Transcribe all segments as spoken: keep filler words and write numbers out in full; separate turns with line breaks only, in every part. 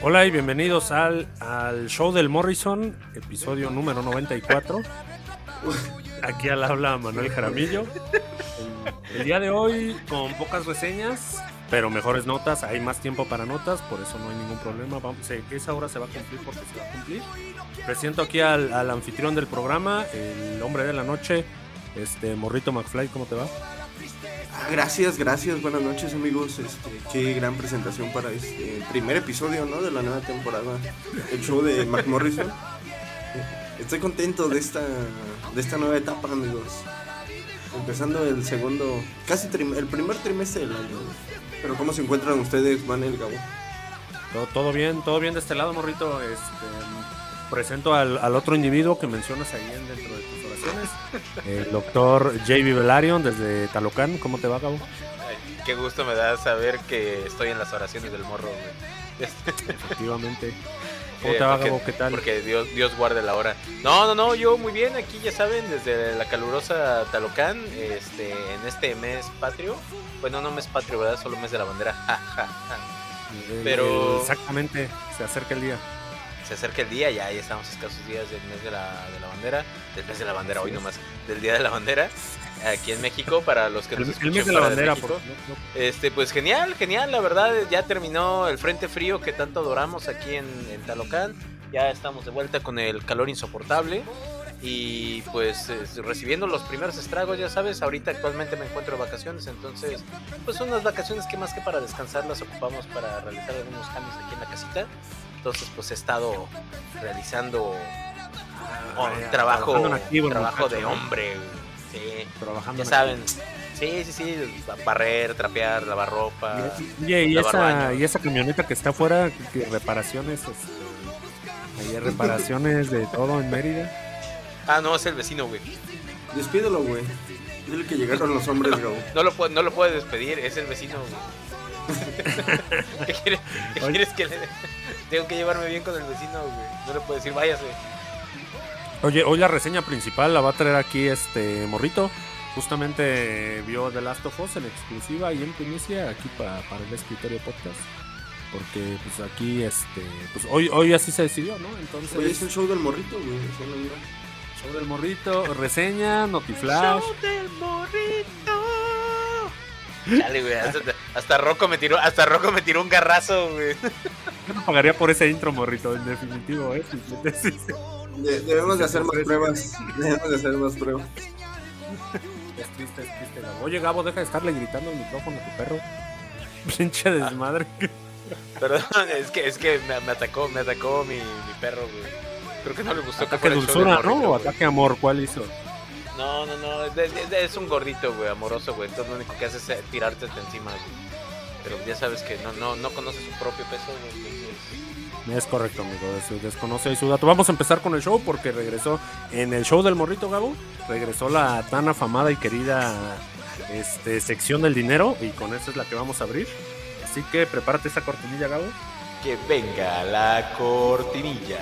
Hola y bienvenidos al, al show del Morrison, episodio número noventa y cuatro. Aquí al habla Manuel Jaramillo. El, el día de hoy con pocas reseñas, pero mejores notas. Hay más tiempo para notas, por eso no hay ningún problema. Vamos, sé que esa hora se va a cumplir porque se va a cumplir. Presento aquí al, al anfitrión del programa, el hombre de la noche, este Morrito McFly. ¿Cómo te va?
Ah, gracias, gracias, buenas noches amigos. Este, qué gran presentación para este primer episodio, ¿no? De la nueva temporada, el show de Mac Morrison. Estoy contento de esta, de esta nueva etapa, amigos. Empezando el segundo, casi trim, el primer trimestre del año. Pero ¿cómo se encuentran ustedes, Manel, Gabo?
Todo, todo bien, todo bien de este lado, Morrito. Este, presento al, al otro individuo que mencionas ahí en, dentro de tus oraciones, el doctor J B Velarion desde Talocán. ¿Cómo te va, Gabo?
Ay, qué gusto me da saber que estoy en las oraciones del morro, güey.
Efectivamente. ¿Cómo
Eh,
te va,
porque,
Gabo? ¿Qué tal?
Porque Dios, Dios guarde la hora. No, no, no, yo muy bien, aquí ya saben, desde la calurosa Talocán, este, en este mes patrio. Bueno, no mes patrio, ¿verdad? Solo mes de la bandera. Ja, ja, ja.
El,
Pero...
el, exactamente, se acerca el día.
Se acerca el día, ya, ya estamos a escasos días del mes de la, de la bandera, del mes de la bandera, sí, hoy nomás, del día de la bandera, aquí en México, para los que nos
el,
escuchan
el mes de la bandera,
de México.
Por... No, no.
Este, pues genial, genial, la verdad, ya terminó el frente frío que tanto adoramos aquí en, en Talocán, ya estamos de vuelta con el calor insoportable y pues eh, recibiendo los primeros estragos, ya sabes, ahorita actualmente me encuentro de vacaciones, entonces pues son unas vacaciones que más que para descansar las ocupamos para realizar algunos cambios aquí en la casita. Entonces pues he estado realizando oh,
ah, ya,
trabajo,
activo,
trabajo
muchacho,
de
¿no?
hombre, sí,
trabajando
ya saben, sí, sí, sí, barrer, trapear, lavar ropa.
Oye, y,
lavar
esa,
baños.
y esa camioneta que está afuera, que reparaciones, este, ahí hay reparaciones de todo en Mérida.
Ah, no, es el vecino, güey.
Despídelo, güey. Dile que llegaron los hombres, Gabo.
No lo, no lo puedes despedir, es el vecino, güey. ¿Qué quieres, qué quieres que le... Tengo que llevarme bien con el vecino, güey. No le puedo decir, váyase.
Oye, hoy la reseña principal la va a traer aquí este Morrito. Justamente vio The Last of Us en exclusiva y en primicia aquí para, para el escritorio podcast. Porque pues aquí este pues hoy hoy así se decidió, ¿no? Entonces
Oye, es el show del morrito, güey.
Show del morrito, reseña, notiflash.
Show del morrito. Chale, güey, hasta, hasta Rocco me tiró, hasta Rocco me tiró un garrazo, güey.
Yo no pagaría por ese intro, Morrito, en definitivo, ¿eh? Sí, sí.
De, debemos de hacer más pruebas. Debemos de hacer más pruebas.
Es triste, es triste, Gabo. Oye, Gabo, deja de estarle gritando al micrófono a tu perro. Pinche desmadre.
Ah, perdón, es que, es que me, me atacó, me atacó mi, mi perro, güey. Creo que no le gustó.
Ataque dulzura, ¿no? O ataque amor, ¿cuál hizo?
No, no, no, es, es, es un gordito, güey, amoroso, güey. Entonces lo único que hace es tirarte encima, güey. Pero ya sabes que no, no, no conoce su propio peso, güey. Entonces...
Es correcto, amigo, desconoce ahí su dato. Vamos a empezar con el show porque regresó en el show del morrito, Gabo. Regresó la tan afamada y querida este, sección del dinero y con esta es la que vamos a abrir. Así que prepárate esa cortinilla, Gabo.
Que venga la cortinilla.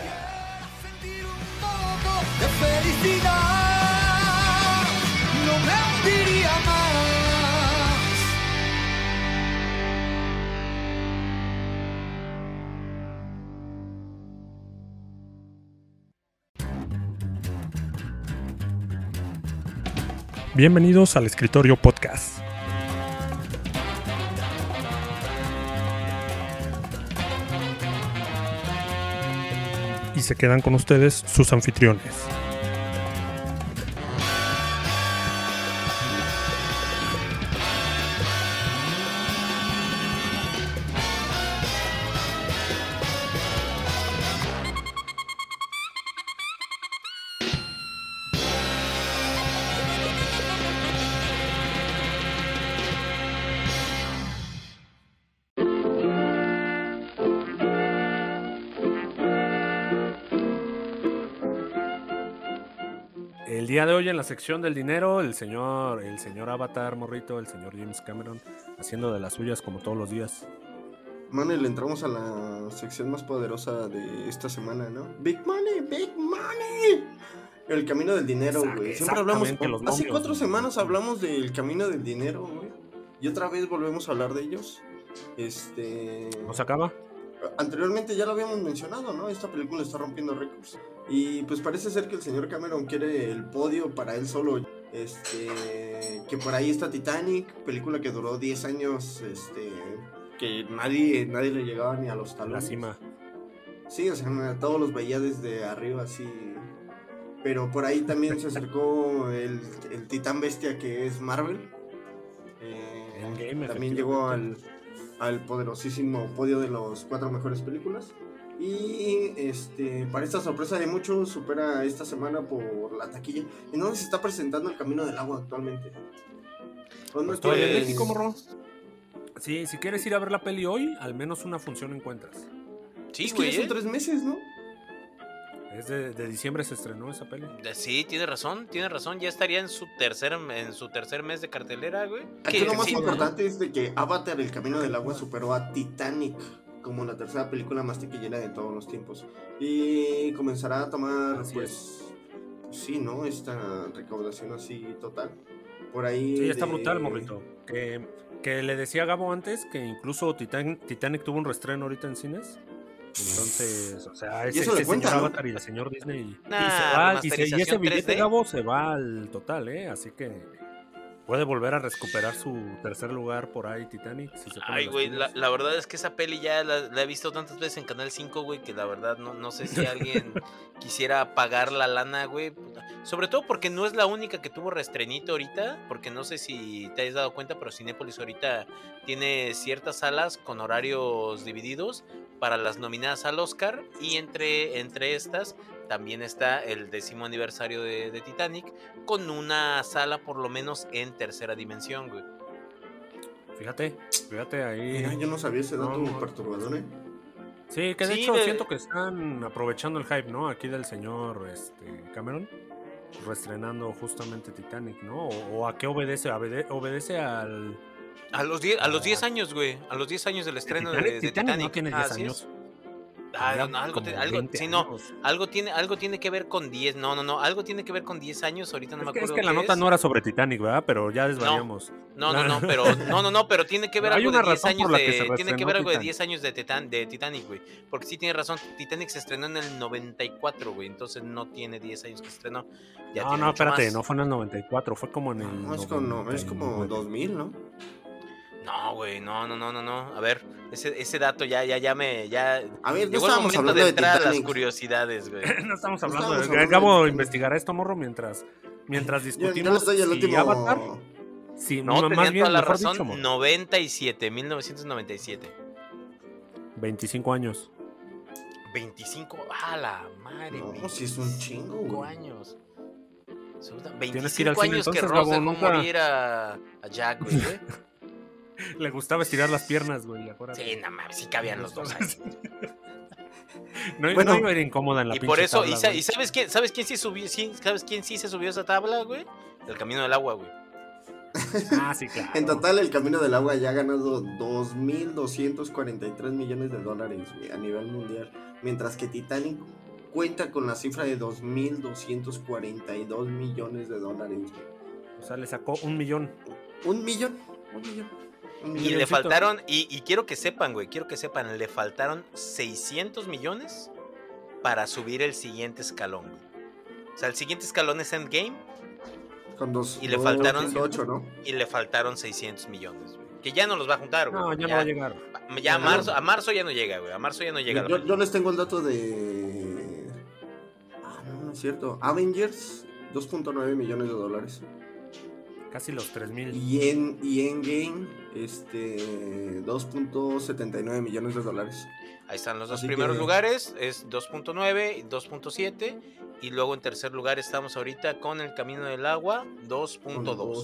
De felicidad, no me diría más.
Bienvenidos al Escritorio Podcast. Y se quedan con ustedes sus anfitriones. El día de hoy en la sección del dinero, el señor, el señor Avatar, Morrito, el señor James Cameron, haciendo de las suyas como todos los días.
Manuel, entramos a la sección más poderosa de esta semana, ¿no? Big Money, Big Money. El camino del dinero, güey. Siempre hablamos,
los
hace
momios,
cuatro
¿no?
semanas hablamos del camino del dinero, güey. Y otra vez volvemos a hablar de ellos. Este...
¿No se acaba?
anteriormente ya lo habíamos mencionado, ¿no? Esta película está rompiendo récords. Y pues parece ser que el señor Cameron quiere el podio para él solo. Este, que por ahí está Titanic, película que duró diez años, este, que nadie, nadie le llegaba ni a los talones.
La cima.
Sí, o sea, todos los veía desde arriba así. Pero por ahí también se acercó el, el titán bestia que es Marvel. Eh,
Endgame,
también llegó al, al poderosísimo podio de los cuatro mejores películas. Y este, para esta sorpresa de muchos, supera esta semana por la taquilla. ¿En dónde se está presentando El Camino del Agua actualmente? ¿Dónde
Pues todavía en
es?
México, morro. Sí, si quieres ir a ver la peli hoy, al menos una función encuentras.
Sí,
Es que
güey.
ya son
¿eh?
tres meses, ¿no?
Es de, de diciembre se estrenó esa peli.
Sí, tiene razón, tiene razón. Ya estaría en su tercer, en su tercer mes de cartelera, güey.
Aquí
Que-
lo más
sí,
importante es de que Avatar, El Camino del Agua, superó a Titanic como la tercera película más taquillera de todos los tiempos. Y comenzará a tomar,
Así
pues, pues sí, ¿no? Esta recaudación así total. Por ahí...
Sí, está
de-
brutal, morrito. Que, que le decía a Gabo antes que incluso Titan- Titanic tuvo un reestreno ahorita en cines. Entonces, o sea, ese,
eso le
ese
cuenta,
señor
¿no?
Avatar y el señor Disney. Y,
Nah,
y se va, y, se- y ese
remasterización
billete,
tres D.
Gabo, se va al total, ¿eh? Así que puede volver a recuperar su tercer lugar por ahí, Titanic. Si se pone
Ay,
las
güey, la,
pilas.
la verdad es que esa peli ya la, la he visto tantas veces en Canal cinco, güey, que la verdad no, no sé si alguien quisiera pagar la lana, güey. puta. Sobre todo porque no es la única que tuvo reestrenito ahorita, porque no sé si te hayas dado cuenta, pero Cinépolis ahorita tiene ciertas salas con horarios divididos para las nominadas al Oscar, y entre, entre estas también está el décimo aniversario de, de Titanic, con una sala por lo menos en tercera dimensión, güey.
Fíjate, fíjate ahí.
Mira, yo no sabía ese dato
No.
perturbador, ¿eh?
Sí, que de
Sí,
hecho
de-
siento que están aprovechando el hype, ¿no? Aquí del señor este, Cameron, reestrenando justamente Titanic, ¿no? O, o a qué obedece, Obede- obedece al...
A los diez, a los
Ah.
diez años, güey. A los diez años del estreno de,
Titanic,
de
Titanic
Titanic.
no tiene
Ah,
diez
¿sí
años.
es? Ah,
Tendría
no, algo, te-
como
algo,
veinte
sí, no,
años.
algo tiene, algo tiene que ver con diez. No, no, no, algo tiene que ver con diez años. Ahorita no
Es
me
que, es
acuerdo
que la
qué
nota
es.
no era sobre Titanic, ¿verdad? Pero ya desvariamos.
No, no, no, pero no, no, no, pero tiene que ver
Hay
algo
una
de diez
razón
años
por la que se
de tiene que
reestrenó
ver algo de
Titanic.
diez años de Titan, de Titanic, güey. Porque sí tiene razón, Titanic se estrenó en el noventa y cuatro, güey, entonces no tiene diez años que se estrenó. Ya
No,
tiene
no,
mucho
espérate,
más.
no fue en el noventa y cuatro, fue como en el
No, es como, es como
noventa y nueve.
dos mil, ¿no?
No, güey, no, no, no, no, no. A ver, ese, ese dato ya, ya, ya me, ya.
A ver, no
Llegó el
estábamos
momento
hablando
de
de
entrar a las
Titanic.
curiosidades, güey.
No estamos
No
hablando
estamos
de...
hablando
Gabo
de Titanic.
investigará esto, morro, mientras, mientras
Yo,
discutimos
yo les doy el
si
último...
Avatar... Sí,
No,
más
tenían
bien,
toda la
mejor
razón,
dicho, morro,
noventa y siete, mil novecientos noventa y siete.
veinticinco años.
veinticinco, ¡ah, la madre!
No, si es un chingo,
veinticinco
güey.
años. Absoluta-
Tienes que ir al
veinticinco
cine
años que
entonces,
Ross
Gabo,
dejó
nunca-
morir a, a Jack, güey. ¿eh?
Le gustaba estirar las piernas, güey, acuérdate.
Sí, no mames, sí cabían los dos ahí.
No,
Bueno.
no iba a ir incómoda en la
Y
pinche
por eso,
tabla,
y, sa-
güey.
y sabes quién, sabes quién sí subió, sí, sabes quién sí se subió a esa tabla, güey? El Camino del Agua, güey.
Ah, sí, claro.
En total, el Camino del Agua ya ha ganado dos mil doscientos cuarenta y tres millones de dólares, güey, a nivel mundial. Mientras que Titanic cuenta con la cifra de dos mil doscientos cuarenta y dos millones de dólares, güey.
O sea, le sacó un millón.
¿Un millón? Un millón. Un
Y
millón.
le
milloncito.
faltaron, y, y quiero que sepan, güey, quiero que sepan, le faltaron seiscientos millones para subir el siguiente escalón, güey. O sea, el siguiente escalón es Endgame
Con dos,
y le
dos
faltaron-
punto ocho, ¿no?
y le faltaron seiscientos millones, güey. Que ya no los va a juntar, güey.
No, ya no va a llegar.
Ya a
No,
marzo,
no.
a marzo ya no llega, güey. A marzo ya no llega.
Yo,
la
yo les tengo el dato de... Ah, no, no es cierto. Avengers, dos punto nueve millones de dólares.
Casi los tres mil.
Y en, y en Game, este, dos punto setenta y nueve millones de dólares.
Ahí están los dos
Así
primeros
que-
lugares, es dos punto nueve y dos punto siete. Y luego en tercer lugar estamos ahorita con El Camino del Agua, dos punto dos.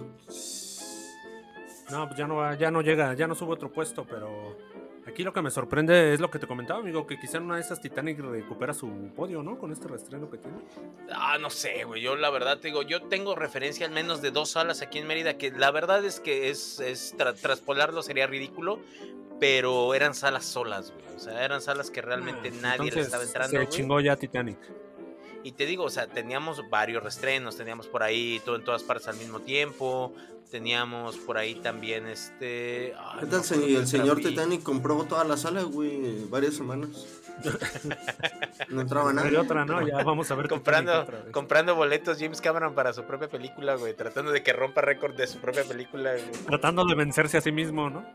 No, pues ya no, va- ya no llega, ya no sube otro puesto, pero aquí lo que me sorprende es lo que te comentaba, amigo, que quizá en una de esas Titanic recupera su podio, ¿no? Con este reestreno que tiene.
Ah, no sé, güey. Yo la verdad te digo, yo tengo referencia al menos de dos salas aquí en Mérida, que la verdad es que es, es tra- traspolarlo sería ridículo, pero eran salas solas, güey. O sea, eran salas que realmente
Ah,
nadie le
entonces,
estaba entrando.
Se
güey.
chingó ya Titanic.
Y te digo, o sea, teníamos varios reestrenos, teníamos por ahí todo en todas partes al mismo tiempo, teníamos por ahí también este... Ay,
¿Qué
no
tal
me
si
acuerdo
el
qué
señor
otra vi.
Titanic compró toda la sala, güey, varias semanas? No entraba nada.
Hay otra, ¿no? Ya vamos a ver.
Comprando,
Titanic otra vez.
comprando boletos James Cameron para su propia película, güey, tratando de que rompa récord de su propia película, güey.
Tratando de vencerse a sí mismo, ¿no?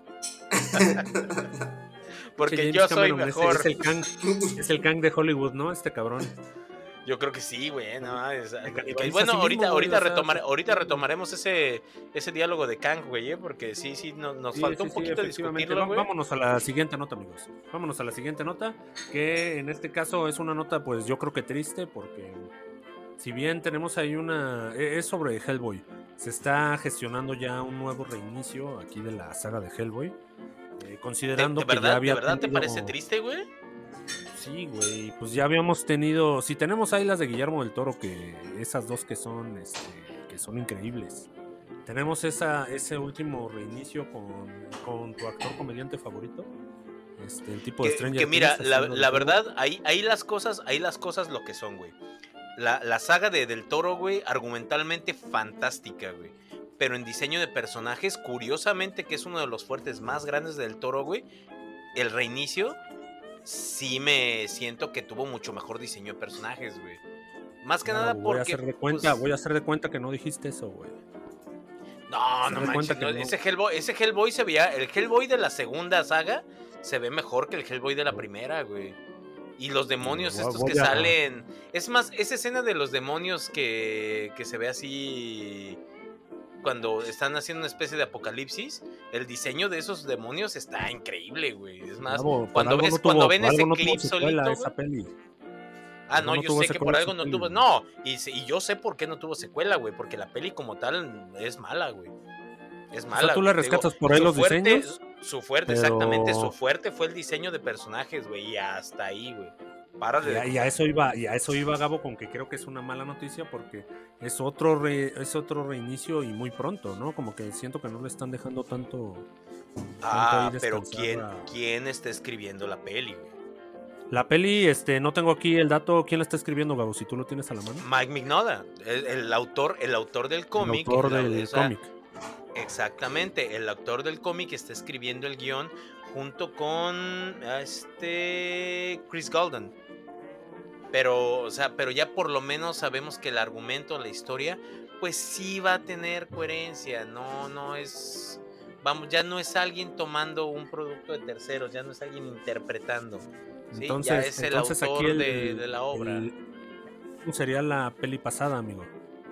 Porque
James
yo soy
Cameron es-
mejor.
Es, el Kang, es el Kang de Hollywood, ¿no? Este cabrón.
Yo creo que sí, güey, no, es-
Me
y-
categoriza
y bueno,
a sí
ahorita,
mismo, güey,
ahorita,
o sea,
retomar,
sí.
ahorita retomaremos ese, ese diálogo de Kang, güey, ¿eh? Porque sí, sí, no- nos
Sí,
faltó
sí,
un
sí,
poquito
efectivamente.
discutirlo,
Va-
güey.
Vámonos a la siguiente nota, amigos. Vámonos a la siguiente nota, que en este caso es una nota, pues yo creo que triste, porque si bien tenemos ahí una... e- Es sobre Hellboy. Se está gestionando ya un nuevo reinicio aquí de la saga de Hellboy. eh,
¿De,
considerando
de
que ya
verdad,
había
de verdad te
tenido-
parece triste, güey?
Sí, güey, pues ya habíamos tenido, si tenemos ahí las de Guillermo del Toro, que esas dos que son, este, que son increíbles. Tenemos esa, ese último reinicio con, con tu actor comediante favorito, este, el tipo de
Que,
Stranger
que mira,
Things
la,
haciendo
la
de
verdad, ahí, ahí las cosas, ahí las cosas lo que son, güey. La, la saga de Del Toro, güey, argumentalmente fantástica, güey. Pero en diseño de personajes, curiosamente, que es uno de los fuertes más grandes del Toro, güey, el reinicio, sí me siento que tuvo mucho mejor diseño de personajes, güey. Más que
Claro,
nada
voy
porque...
a hacer de cuenta,
pues,
voy a hacer de cuenta que no dijiste eso, güey.
No,
Se
no
da
manches,
cuenta que
no,
no.
Ese, Hellboy, ese Hellboy se veía... El Hellboy de la segunda saga se ve mejor que el Hellboy de la primera, güey. Y los demonios
Voy a-
estos
voy
que
a-
salen... Es más, esa escena de los demonios que, que se ve así... Cuando están haciendo una especie de apocalipsis, el diseño de esos demonios está increíble, güey. Es más,
Bravo, por
cuando
algo
ves,
no tuvo-
cuando ven
por
ese
algo no tuvo
clip
secuela
solito,
esa
güey.
peli.
Ah,
algo
no,
no
yo
tuvo
sé que por
secuela
algo
esa
no
peli.
tuvo. No, y, se- y yo sé por qué no tuvo secuela, güey. Porque la peli como tal es mala, güey. Es mala.
O sea, tú
güey,
le
te digo,
rescatas por ahí
su
los
fuerte-
diseños.
Su fuerte,
pero-
exactamente. Su fuerte fue el diseño de personajes, güey. Y hasta ahí, güey. Párale
Y
de
a, y a eso iba, y a eso iba Gabo, con que creo que es una mala noticia porque es otro re- es otro reinicio y muy pronto, ¿no? Como que siento que no le están dejando tanto. tanto
Ah,
ahí
pero
descansar
¿quién,
a-
¿quién está escribiendo la peli, güey?
La peli, este, no tengo aquí el dato. ¿Quién la está escribiendo, Gabo? Si tú lo tienes a la mano.
Mike Mignola, el, el autor, el autor del cómic.
El autor
el-
del
o sea,
cómic.
Exactamente, el autor del cómic está escribiendo el guión junto con este Chris Golden. Pero, o sea, pero ya por lo menos sabemos que el argumento, la historia, pues sí va a tener coherencia. No, no es, vamos, ya no es alguien tomando un producto de terceros, ya no es alguien interpretando. ¿sí?
Entonces,
ya es el
entonces
autor
aquí el-
de, de la obra.
el- sería la peli pasada, amigo.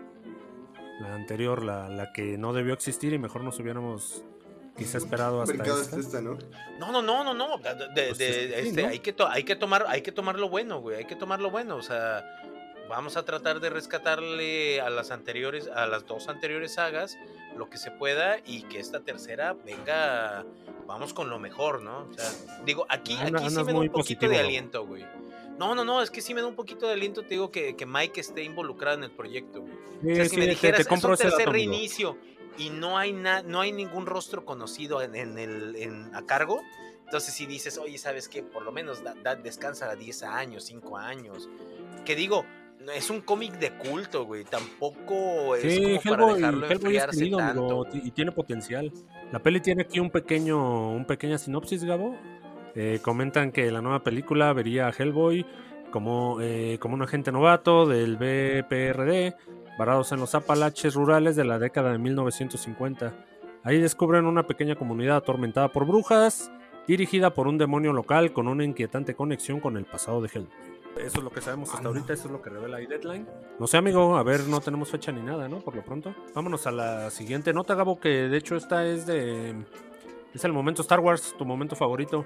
La anterior, la, la que no debió existir y mejor nos hubiéramos quizá esperado hasta
Mercado
esta.
es esta, ¿no?
No, no, no, no, no. De, de-
Pues
de-
es que sí,
este,
¿no?
hay que to- hay que tomar, hay que tomar lo bueno, güey. Hay que tomar lo bueno. O sea, vamos a tratar de rescatarle a las anteriores, a las dos anteriores sagas, lo que se pueda, y que esta tercera venga, vamos con lo mejor, ¿no? O sea, digo, aquí,
Anda-
aquí sí
andas
me da
muy
un poquito
positivo,
de
Gabo.
aliento, güey. No, no, no, es que sí me da un poquito de aliento, te digo que, que Mike esté involucrado en el proyecto, güey.
Sí,
O sea, si
sí,
me
te-
dijeras,
te
es
compro
un
ese
tercer
dato, amigo.
reinicio y no hay na- no hay ningún rostro conocido en, en el en, a cargo, entonces si dices, oye, ¿sabes qué? Por lo menos da, da- descansa a diez años, cinco años. Que digo, no, es un cómic de culto, güey. Tampoco es
Sí,
como para
Hellboy,
dejarlo
Hellboy es
enfriarse
querido,
tanto.
amigo,
güey.
ti- y tiene potencial. La peli tiene aquí un pequeño, un pequeña sinopsis, Gabo. Eh, comentan que la nueva película vería a Hellboy como, eh, como un agente novato del B P R D, varados en los Apalaches rurales de la década de mil novecientos cincuenta. Ahí descubren una pequeña comunidad atormentada por brujas, dirigida por un demonio local con una inquietante conexión con el pasado de Hellboy. Eso es lo que sabemos hasta ahorita, eso es lo que revela ahí Deadline. No sé, amigo, a ver, no tenemos fecha ni nada, ¿no? Por lo pronto. Vámonos a la siguiente nota, Gabo, que de hecho esta es de... Es el momento Star Wars, tu momento favorito.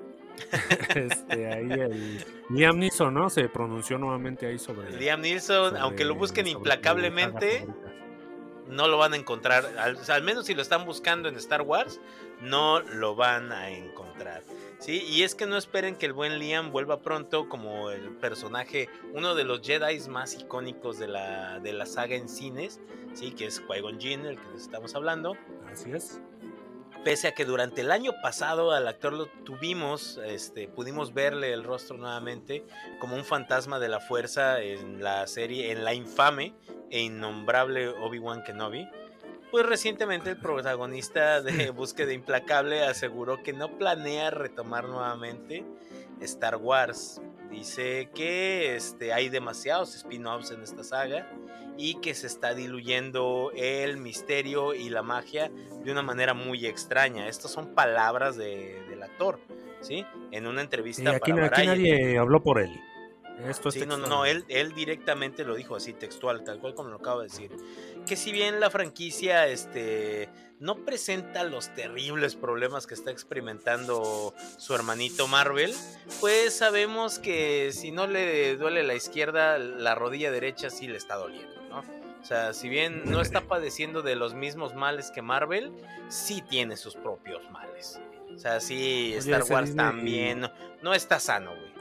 este, ahí el Liam Neeson, ¿no? Se pronunció nuevamente ahí sobre...
Liam Neeson,
sobre-
aunque lo busquen
sobre su
implacablemente,
saga favorita.
no lo van a encontrar. Al, o sea, al menos si lo están buscando en Star Wars, no lo van a encontrar. Sí, y es que no esperen que el buen Liam vuelva pronto como el personaje, uno de los Jedi más icónicos de la, de la saga en cines, sí, que es Qui-Gon Jinn, el que les estamos hablando.
Así es.
pese a que durante el año pasado al actor lo tuvimos, este, pudimos verle el rostro nuevamente como un fantasma de la fuerza en la serie, en la infame e innombrable Obi-Wan Kenobi. Pues recientemente el protagonista de Búsqueda Implacable aseguró que no planea retomar nuevamente Star Wars. Dice que este, hay demasiados spin-offs en esta saga y que se está diluyendo el misterio y la magia de una manera muy extraña. Estas son palabras de, del actor, ¿sí? En una entrevista
sí, aquí,
para
aquí nadie habló por él. Esto es
sí, no, no, no, él, él directamente lo dijo así, textual, tal cual como lo acabo de decir. Que si bien la franquicia este, no presenta los terribles problemas que está experimentando su hermanito Marvel, pues sabemos que si no le duele la izquierda, la rodilla derecha sí le está doliendo, ¿no? O sea, si bien no está padeciendo de los mismos males que Marvel, sí tiene sus propios males. O sea, sí, Star
Oye,
Wars
Disney...
también no, no está sano, güey.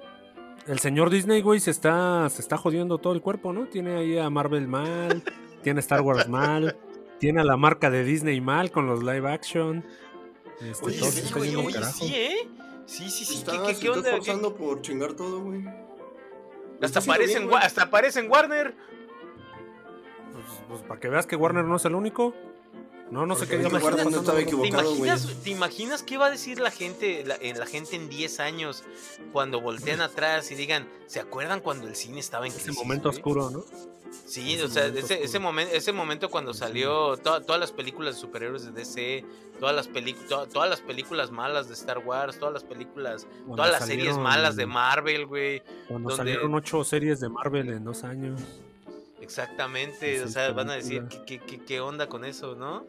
El señor Disney, güey, se está, se está jodiendo todo el cuerpo, ¿no? Tiene ahí a Marvel mal, tiene a Star Wars mal, tiene a la marca de Disney mal con los live action. Este,
Oye,
todo
sí,
se está
güey,
yendo al
oye,
carajo.
sí, ¿eh? Sí, sí, sí.
Está,
¿Qué, qué,
se
qué
está
onda?
esforzando
¿Qué?
por chingar todo, güey.
Hasta aparece, en, hasta aparece en Warner.
Pues, pues para que veas que Warner no es el único. No, no sé qué
Porque
día
Warner no estaba
¿Te
equivocado, güey.
imaginas, ¿Te imaginas qué va a decir la gente, la, la gente en diez años cuando volteen atrás y digan, ¿se acuerdan cuando el cine estaba en crisis?
Ese momento
güey?
oscuro, ¿no?
Sí,
Ese
o sea,
momento
ese, ese, momen, ese momento cuando salió to, todas las películas de superhéroes de D C, todas las, to, todas las películas malas de Star Wars, todas las películas, cuando todas las salieron, series malas de Marvel, güey.
Cuando
donde...
salieron ocho series de Marvel en dos años.
Exactamente, sí, o sea, van a decir, ¿qué, qué, qué, qué onda con eso, no?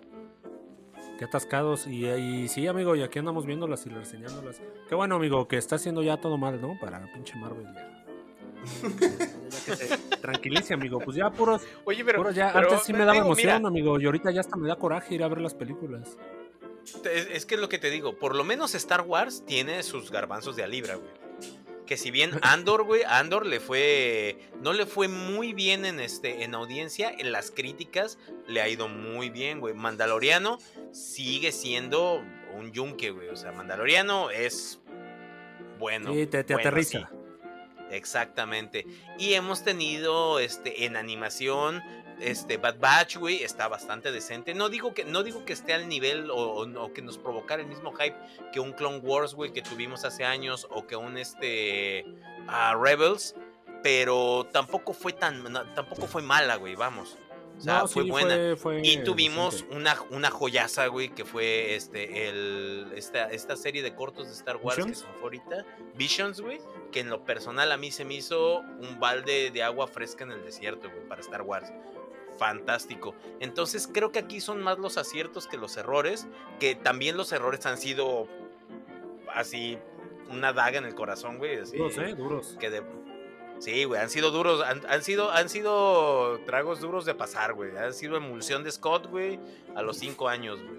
Qué atascados. Y, y sí, amigo, y aquí andamos viéndolas y reseñándolas. Qué bueno, amigo, que está haciendo ya todo mal, ¿no? Para pinche Marvel ya. Ya que se tranquilice, amigo. Pues ya puros.
Oye, pero,
puros ya.
pero
antes sí me daba
digo,
emoción,
mira,
amigo. Y ahorita ya hasta me da coraje ir a ver las películas.
Es, es que es lo que te digo. Por lo menos Star Wars tiene sus garbanzos de a libra, güey. Que si bien Andor, güey, Andor le fue. No le fue muy bien en este. En audiencia. En las críticas le ha ido muy bien, güey. Mandaloriano sigue siendo un yunque, güey. O sea, Mandaloriano es bueno.
Sí, te, te
bueno,
aterriza.
Sí. Exactamente. Y hemos tenido este en animación. Este Bad Batch, güey, está bastante decente. No digo que, no digo que esté al nivel o, o, o que nos provocara el mismo hype que un Clone Wars, güey, que tuvimos hace años, o que un este uh, Rebels, pero tampoco fue tan, no, tampoco fue mala, güey, vamos. O sea,
no,
fue
sí,
buena.
Fue, fue
y tuvimos
decente.
una, una joyaza, güey, que fue este el esta, esta serie de cortos de Star Wars
¿Visions?
que son ahorita. Visions, güey, que en lo personal a mí se me hizo un balde de agua fresca en el desierto, güey, para Star Wars. Fantástico. Entonces creo que aquí son más los aciertos que los errores, que también los errores han sido así una daga en el corazón, güey. Así,
duros, eh, duros.
Que de... Sí, güey, han sido duros, han, han, sido, han sido tragos duros de pasar, güey. Han sido emulsión de Scott, güey, a los cinco años, güey.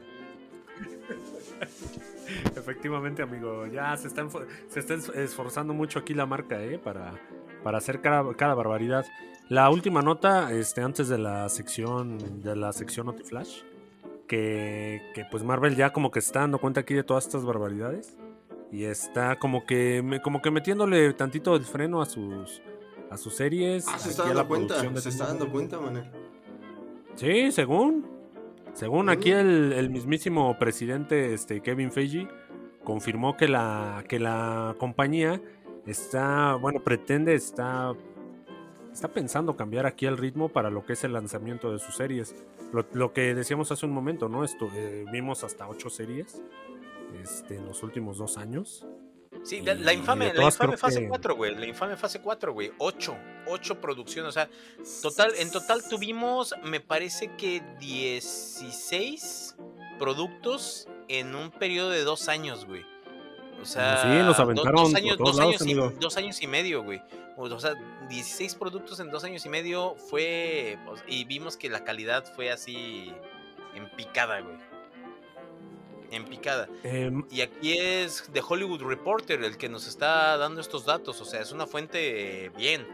Efectivamente, amigo. Ya se está, se está esforzando mucho aquí la marca, eh, para, para hacer cada, cada barbaridad. La última nota, este, antes de la sección de la sección Notiflash, que, que pues Marvel ya como que está dando cuenta aquí de todas estas barbaridades y está como que como que metiéndole tantito el freno a sus a sus series.
Ah, se está dando cuenta, se está dando cuenta, man.
Sí, según según aquí el, el mismísimo presidente este Kevin Feige confirmó que la que la compañía está, bueno, pretende está Está pensando cambiar aquí el ritmo para lo que es el lanzamiento de sus series. Lo, lo que decíamos hace un momento, ¿no? Esto, eh, vimos hasta ocho series este, en los últimos dos años.
Sí,
y,
la, la infame,
y
la infame fase
que...
cuatro, güey. La infame fase cuatro, güey. Ocho. Ocho producciones. O sea, total, en total tuvimos, me parece que dieciséis productos en un periodo de dos años, güey. O sea,
sí, nos aventaron
dos, dos años,
por todos
dos,
lados,
años
amigo.
y, dos años y medio, güey. O sea, dieciséis productos en dos años y medio fue... Pues, y vimos que la calidad fue así en picada, güey. En picada.
Eh,
y aquí es The Hollywood Reporter el que nos está dando estos datos. O sea, es una fuente bien.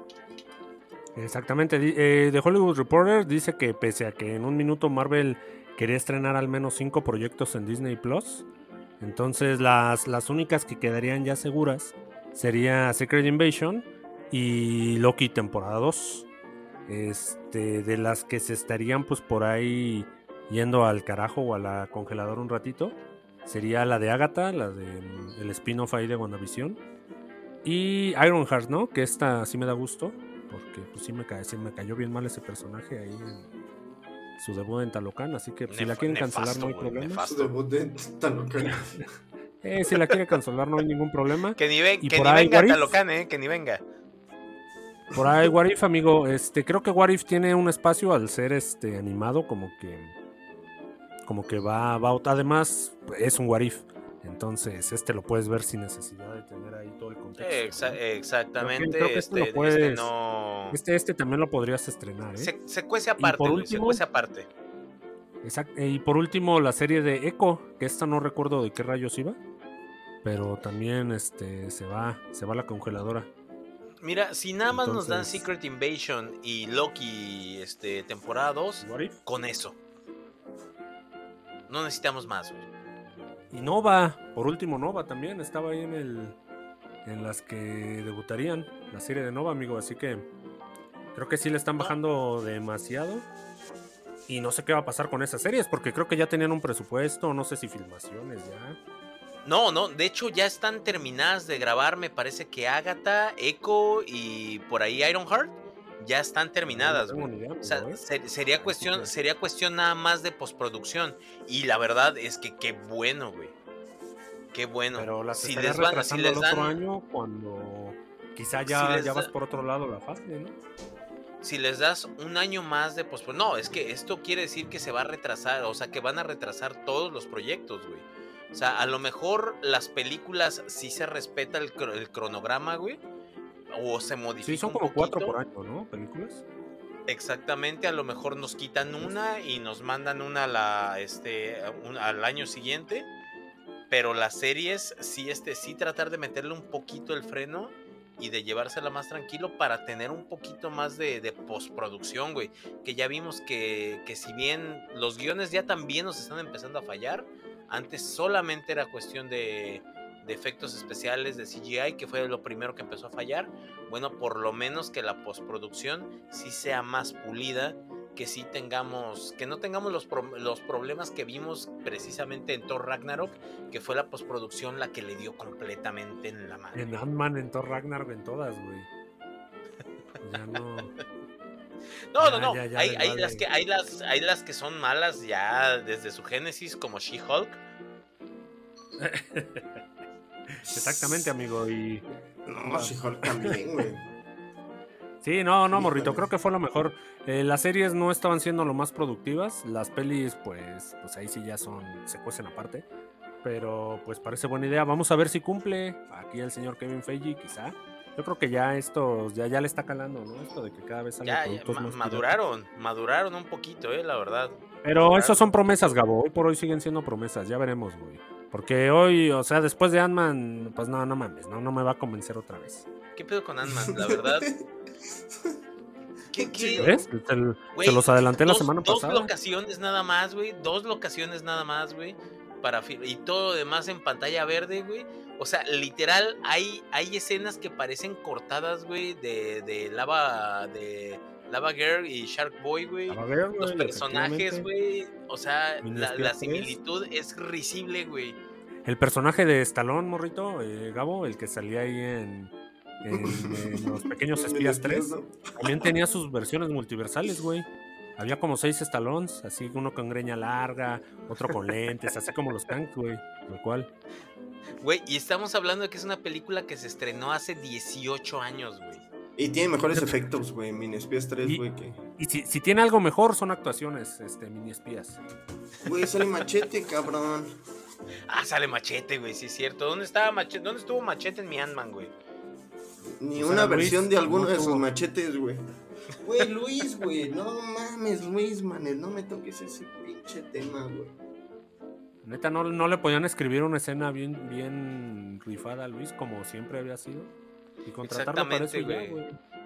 Exactamente. Eh, The Hollywood Reporter dice que pese a que en un minuto Marvel quería estrenar al menos cinco proyectos en Disney Plus. Entonces las, las únicas que quedarían ya seguras sería Secret Invasion y Loki temporada dos. Este, de las que se estarían pues por ahí yendo al carajo o a la congeladora un ratito, sería la de Agatha, la del spin-off ahí de WandaVision. Y Ironheart, ¿no? Que esta sí me da gusto, porque pues sí me, ca- sí me cayó bien mal ese personaje ahí en su debut en Talocan, así que pues, si
Nef-
la quieren cancelar
nefasto,
no hay
güey,
problema.
nefasto.
Su debut de Talocan.
Eh, si la quiere cancelar no hay ningún problema.
Que ni, ven,
Y
que
por
ni
ahí,
venga
What If.
Talocan, eh, que ni venga.
Por ahí What If, amigo, este, creo que What If tiene un espacio al ser este animado, como que como que va, va además es un What If. Entonces, este lo puedes ver sin necesidad de tener ahí todo el contexto.
Exa-
¿no?
exactamente.
Creo que- creo que este
este,
lo puedes-
este no.
Este, este también lo podrías estrenar, ¿eh?
Se, se cuece
Y
aparte,
por
güey, se
último-
cuece aparte.
Exacto. Y por último, la serie de Echo, que esta no recuerdo de qué rayos iba, pero también este se va, se va a la congeladora.
Mira, si nada más nos dan
Entonces-
Secret Invasion y Loki este, temporada dos,
What If.
con eso. No necesitamos más, güey.
Y Nova, por último Nova también estaba ahí en el en las que debutarían, la serie de Nova, amigo, así que creo que sí le están bajando demasiado. Y no sé qué va a pasar con esas series, porque creo que ya tenían un presupuesto, no sé si filmaciones ya.
No, no, de hecho ya están terminadas de grabar, me parece que Agatha, Echo y por ahí Ironheart ya están terminadas,
No tengo
güey.
ni idea,
O sea,
amigo, ¿eh?
ser- sería
Así
cuestión,
que-
sería cuestión nada más de postproducción. Y la verdad es que qué bueno, güey. Qué bueno.
Pero las
si
estarías
les van, si
retrasando
les
al otro
dan,
año cuando quizá
Si
ya,
les
ya
da-
vas por otro lado la fase, ¿no?
si les das un año más de postproducción. No, es que esto quiere decir que se va a retrasar, o sea, que van a retrasar todos los proyectos, güey. O sea, a lo mejor las películas sí se respeta el, cro- el cronograma, güey. O se modifica.
Sí, son
un
como cuatro
poquito.
por año, ¿no? Películas.
Exactamente, a lo mejor nos quitan una y nos mandan una a la, este, un- al año siguiente. Pero las series, sí, este, sí tratar de meterle un poquito el freno y de llevársela más tranquilo para tener un poquito más de, de postproducción, güey. Que ya vimos que, que si bien los guiones ya también nos están empezando a fallar, antes solamente era cuestión de, de efectos especiales, de C G I, que fue lo primero que empezó a fallar. Bueno, por lo menos que la postproducción sí sea más pulida, que sí tengamos, que no tengamos los, pro, los problemas que vimos precisamente en Thor Ragnarok, que fue la postproducción la que le dio completamente en la mano.
En Ant-Man, en Thor Ragnarok, en todas, güey. Ya no.
No,
Ya,
no, no.
ya, ya
hay,
les
hay
vale.
las que, hay, las, hay las que son malas ya desde su génesis, como She-Hulk.
Exactamente, amigo. Y.
No, She-Hulk también, güey.
Sí, no, no,
Híjole.
morrito, creo que fue lo mejor. Eh, las series no estaban siendo lo más productivas. Las pelis, pues, pues ahí sí ya son, se cuecen aparte. Pero pues parece buena idea. Vamos a ver si cumple aquí el señor Kevin Feige, quizá. Yo creo que ya esto, ya, ya le está calando, ¿no? Esto de que cada vez salen
Ya, ya,
productos
ma-
más
maduraron, maduraron un poquito, eh, la verdad.
Pero
Maduraron.
esos son promesas, Gabo. Hoy por hoy siguen siendo promesas. Ya veremos, güey. Porque hoy, o sea, después de Ant-Man, pues no, no mames, no, no me va a convencer otra vez.
¿Qué pedo con Ant-Man? La verdad. ¿Qué, qué?
¿Ves? Se,
Güey,
se los adelanté la
dos-
semana
dos
pasada.
locaciones nada más, güey. Dos locaciones nada más, güey. Para fi- y todo lo demás en pantalla verde, güey. O sea, literal, hay, hay escenas que parecen cortadas, güey, de, de Lava, de Lava Girl y Shark Boy, güey.
A ver, güey,
Los personajes,
efectivamente.
güey. O sea,
Mini
la,
Espía
la
tres.
similitud es risible, güey.
El personaje de Stallone, morrito, eh, Gabo, el que salía ahí en, en, en Los Pequeños Espías tres, también tenía sus versiones multiversales, güey. Había como seis Stallones, así uno con greña larga, otro con lentes, así como los Kanks, güey, lo cual.
Güey, y estamos hablando de que es una película que se estrenó hace dieciocho años, güey.
Y tiene mejores efectos, güey. Mini Espías tres,
Y-
güey. Que...
Y si, si tiene algo mejor, son actuaciones, este, mini espías.
Güey, sale Machete, cabrón.
Ah, sale Machete, güey, sí es cierto. ¿Dónde estaba Machete? ¿Dónde estuvo Machete en mi Ant-Man, güey?
Ni
O sea,
una
Luis,
versión de alguno
no
de sus
tuvo-
machetes, güey. Güey, Luis, güey. No mames, Luis, manes. No me toques ese pinche tema, güey.
Neta, no, no le podían escribir una escena bien, bien rifada a Luis, como siempre había sido. Y contratarlo para eso
Exactamente,
ya,
güey.
güey.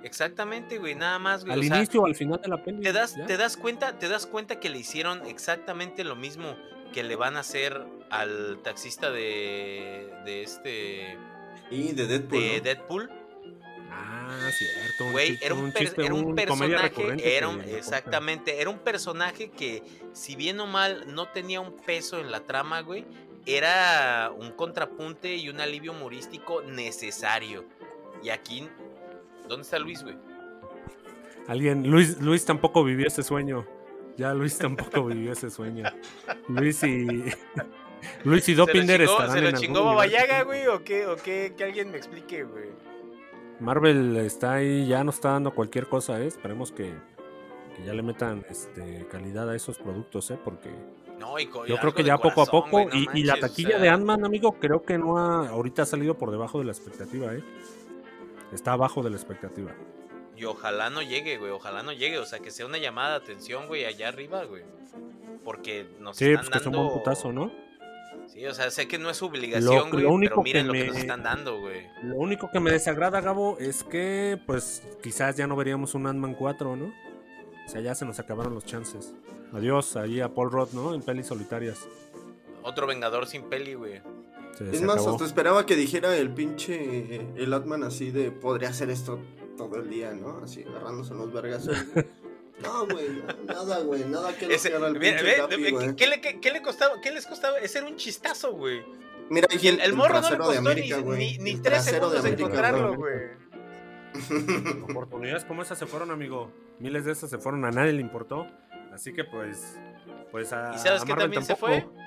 Exactamente, güey, nada más, güey.
Al
o sea,
inicio o al final de la peli.
te das,
¿ya?
te das cuenta, te das cuenta que le hicieron exactamente lo mismo que le van a hacer al taxista de, de este,
Y de Deadpool,
de
¿no?
Deadpool.
Ah, cierto. un
Güey,
chiste,
era un,
un
per-
chiste,
era un
un comedia recurrente
personaje, era
que
un-
le aporta.
exactamente, era un personaje que, si bien o mal, no tenía un peso en la trama, güey, era un contrapunte y un alivio humorístico necesario. Y aquí, ¿dónde está Luis, güey?
Alguien, Luis, Luis tampoco vivió ese sueño. Ya Luis tampoco vivió ese sueño. Luis y Luis y Dopinder
¿Se lo chingó,
estarán
¿se lo
en
chingó
algún
Baba
universo.
Yaga, güey? ¿O qué? ¿O qué? Que alguien me explique, güey.
Marvel está ahí, ya nos está dando cualquier cosa, ¿eh? Esperemos que, que ya le metan este, calidad a esos productos, ¿eh? Porque
No, y co-
yo
algo
creo que
de
ya poco a
corazón,
poco,
güey, no
y, y la
manches, o
taquilla
sea,
de Ant-Man, amigo, creo que no ha, ahorita ha salido por debajo de la expectativa, ¿eh? Está abajo de la expectativa.
Y ojalá no llegue, güey, ojalá no llegue. O sea, que sea una llamada de atención, güey, allá arriba, güey. Porque nos
Sí,
están
pues que es un
dando...
buen putazo, ¿no?
Sí, o sea, sé que no es su obligación,
Lo-
güey,
lo
pero
único
miren
que
lo que
me-
nos están dando, güey.
Lo único que me desagrada, Gabo, es que pues quizás ya no veríamos un Ant-Man cuatro, ¿no? O sea, ya se nos acabaron los chances. Adiós ahí a Paul Rudd, ¿no? En pelis solitarias.
Otro Vengador sin peli, güey.
Se,
Es
se
más,
acabó.
hasta esperaba que dijera el pinche el Atman así de podría hacer esto todo el día, ¿no? Así agarrándose los vergas. No, güey, no, nada, güey, nada que
Ese-
lo al
mira,
pinche
ve,
Capi,
ve,
güey.
¿qué, qué le, qué- qué le costaba? ¿Qué les costaba? Ese era un chistazo, güey.
Mira,
Y el, el morro no le
trasero de
costó
América,
ni,
güey.
ni, ni
El
tres
trasero de
segundos de
América,
encontrarlo,
güey.
güey.
Oportunidades como esas se fueron, amigo. Miles de esas se fueron, a nadie le importó. Así que pues, pues a,
¿Y sabes
a
qué
Marvel
también se
tampoco.
fue?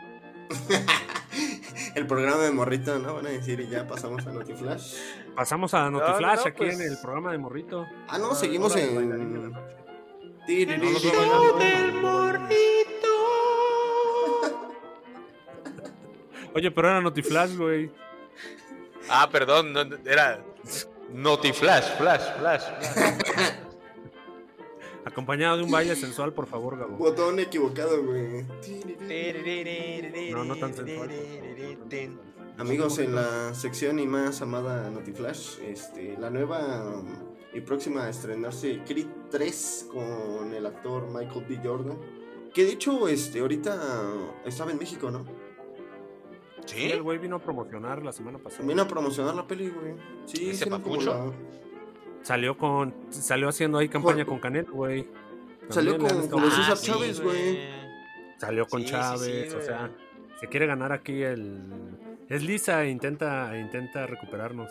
El programa de Morrito, ¿no? Van a decir y ya pasamos a Notiflash.
Pasamos a
no,
Notiflash
no,
aquí
pues-
en el programa de Morrito.
Ah, no, seguimos
Hola,
en...
bailarín de la noche.
Tiriri.
No los veo
Show
bailando,
del
no los veo bailando. Oye, pero era Notiflash, güey.
Ah, perdón, no, no, era Notiflash, flash, flash.
Acompañado de un baile sensual, por favor, Gabo.
Botón equivocado, güey. Tiriri.
No, no tan sensual.
Amigos, en la sección y más amada Notiflash, este, la nueva um, y próxima a estrenarse Creed tres con el actor Michael B. Jordan. Que de hecho, este, ahorita estaba en México, ¿no?
Sí,
¿Sí?
el güey vino a promocionar la semana pasada.
Vino a promocionar la peli, güey. Sí,
¿Ese
hicieron como
papucho?
la-
Salió con, salió haciendo ahí campaña
Con-
con Canel, güey.
Salió
También le han
con
estado-
Julio
Ah,
César
sí,
Chávez, güey.
Salió con
Sí, sí,
Chávez,
sí,
o sea,
güey.
se quiere ganar aquí el... Es lisa e intenta, e intenta recuperarnos.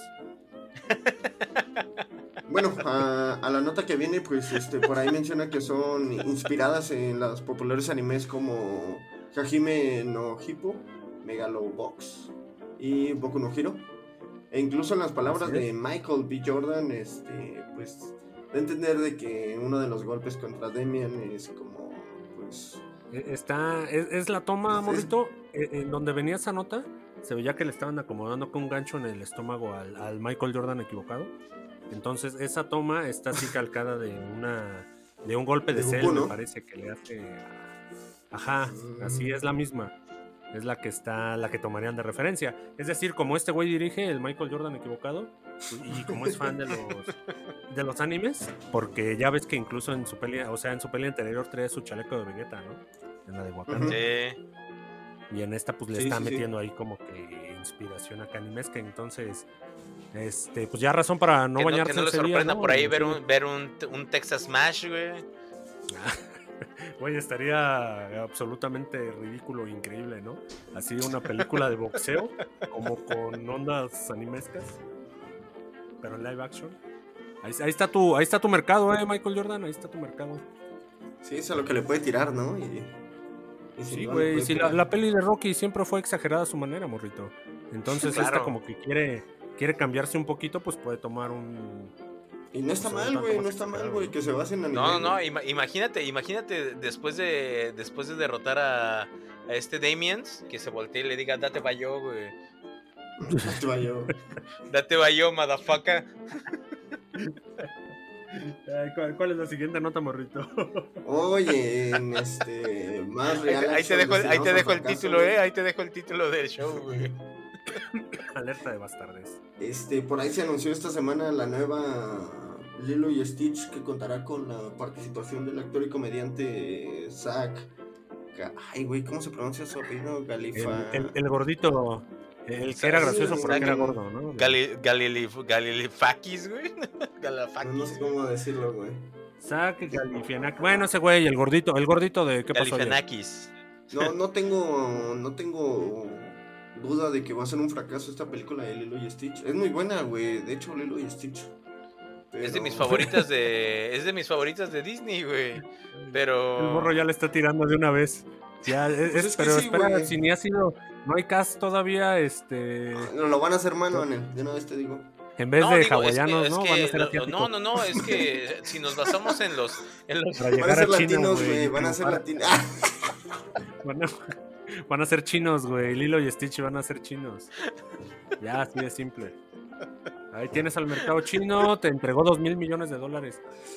Bueno, a, a la nota que viene, pues este, por ahí menciona que son inspiradas en los populares animes como Hajime no Hippo, Megalobox y Boku no Hero. E incluso en las palabras
Así es.
de Michael B. Jordan, este, pues, da a entender de que uno de los golpes contra Demian es como, pues...
E- Está, es, es la toma, morrito, e- en donde venía esa nota, se veía que le estaban acomodando con un gancho en el estómago al, al Michael Jordan equivocado. Entonces esa toma está así calcada de una de un golpe de,
De
Cell,
Goku,
me
¿no?
parece que le hace a- ajá, así es la misma. Es la que está, la que tomarían de referencia. Es decir, como este güey dirige el Michael Jordan equivocado, y como es fan de los de los animes, porque ya ves que incluso en su peli, o sea, en su peli anterior trae su chaleco de Vegeta, ¿no? En la de Wakanda.
Ujú.
Sí.
Y en esta pues le
Sí,
está
sí, sí.
metiendo ahí como que inspiración acá animesca. Entonces, este, pues ya razón para no
que no,
bañarse
que no le
ese día,
sorprenda
¿no?
por ahí
Y-
ver un, ver un, un Texas Smash, güey.
Güey, estaría absolutamente ridículo e increíble, ¿no? Así una película de boxeo, como con ondas animescas, pero en live action. Ahí, ahí está tu, ahí está tu mercado, eh, Michael Jordan, ahí está tu mercado.
Sí, es a lo que le puede tirar, ¿no? Y, y si
Sí,
no le
güey,
puede
si la,
tirar-
la peli de Rocky siempre fue exagerada a su manera, morrito. Entonces esta
Claro.
como que quiere, quiere cambiarse un poquito, pues puede tomar un...
Y no está
Pues, un
mal,
tanto
güey,
más
no está mal,
exagerado,
güey,
¿no?
que se basen en anime.
No, no, no,
güey.
ima- imagínate, imagínate después de después de derrotar a, a este Damians, que se voltee y le diga, date bayo, güey.
Te va yo.
Date bayo, motherfucker.
Ay, ¿cuál, cuál es la siguiente nota, morrito?
Oye, en este más
Ahí,
real
te- ahí te
action
dejo, el- ahí
destinados
te
al
dejo el
fracaso,
título,
güey.
eh, ahí te dejo el título del show, güey.
Alerta de bastardes.
Este, por ahí se anunció esta semana la nueva Lilo y Stitch, que contará con la participación del actor y comediante Zach. Ay, güey, ¿cómo se pronuncia su apellido? Galifa.
El, el, el gordito, el que era gracioso porque era gordo, ¿no?
Gali, Galilif, Galilifakis, güey. Galafakis.
No sé cómo decirlo, güey.
Zach Galifianakis. Bueno, ese güey, el gordito, el gordito de ¿qué pasó?
Galifianakis.
No, no tengo, no tengo duda de que va a ser un fracaso esta película de Lilo y Stitch. Es muy buena, güey. De hecho, Lilo y Stitch. Pero...
Es de mis favoritas de, es de mis favoritas de Disney, güey. Pero
el morro ya le está tirando de una vez. Ya, es,
pues es
pero
sí,
espera,
güey.
Si ni ha sido, no hay cast todavía, este.
No, lo van a hacer Manuel, de una vez te digo.
En vez
no,
de
digo,
hawaianos,
es que,
¿no?
es
Van a
que
ser
lo-
asiáticos.
no, no, no, es que si nos basamos en los, en los
Para
Van
llegar
a ser
a China,
latinos,
güey,
güey.
y
Van a ser
triunfar.
latinos.
Van a, van a ser chinos, güey. Lilo y Stitch van a ser chinos. Ya, así de simple. Ahí tienes al mercado chino, te entregó dos mil millones de dólares.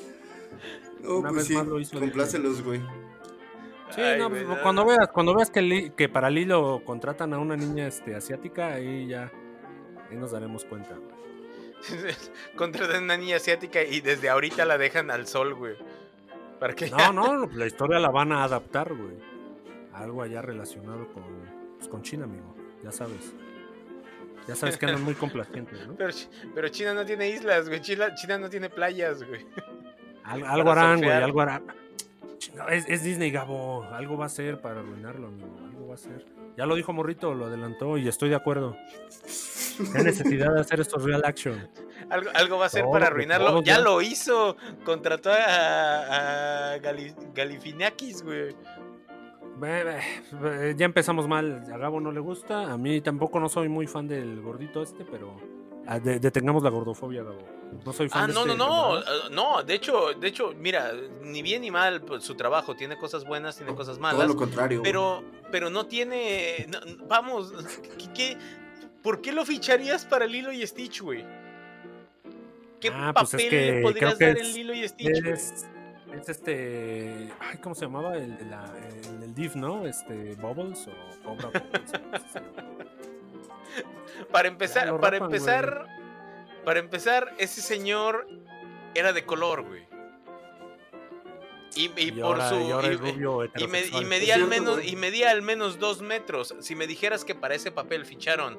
No,
Una
pues
vez
sí.
más lo hizo
Complácelos, güey.
Sí,
Ay,
no,
güey,
pues,
no,
cuando
no.
veas, cuando veas que, Li- que para Lilo contratan a una niña este, asiática, ahí ya ahí nos daremos cuenta.
contratan una niña asiática y desde ahorita la dejan al sol, güey. Para que
No, no, la historia la van a adaptar, güey. Algo allá relacionado con, pues, con China, amigo. Ya sabes. Ya sabes que andan muy complacientes, ¿no?
Pero, Ch- pero China no tiene islas, güey. China, China no tiene playas, güey.
Al- algo
Para
harán, güey,
surfear.
algo harán. Chingado, Es, es Disney, Gabo. Algo va a ser para arruinarlo, amigo. Algo va a ser. Ya lo dijo Morrito, lo adelantó y estoy de acuerdo. Hay necesidad de hacer estos real action.
Algo, algo va a ser
Todo,
para
güey,
arruinarlo.
todo,
Ya
ya.
lo hizo. Contrató a, a Gali- Galifianakis, güey.
Ve, ve, ve, Ya empezamos mal. A Gabo no le gusta. A mí tampoco no soy muy fan del gordito este, pero ah, de- detengamos la gordofobia, Gabo. No soy fan
Ah,
de
no,
este
no, no,
camarada.
eh, no, de hecho, de hecho, mira, ni bien ni mal pues, su trabajo, tiene cosas buenas, tiene cosas
Todo
malas,
lo contrario. güey.
pero, pero no tiene, no, vamos, ¿qué, qué- por qué lo ficharías para Lilo y Stitch, güey? ¿Qué
Ah, pues es
papel
que
le podrías
creo que
dar
es-
en Lilo y Stitch, güey?
Es, es este. Ay, ¿cómo se llamaba? El, la- el, el div, ¿no? Este. Bubbles o Cobra Bubbles. no sé.
Para empezar,
lo
para
rapan,
empezar, para empezar, ese señor era de color, güey. Y, y
Y
por
ahora-
su
y ahora
y-
es rubio
Y, me- y
heterosexual.
medía al
Es cierto,
menos
güey.
y medía al menos dos metros. Si me dijeras que para ese papel ficharon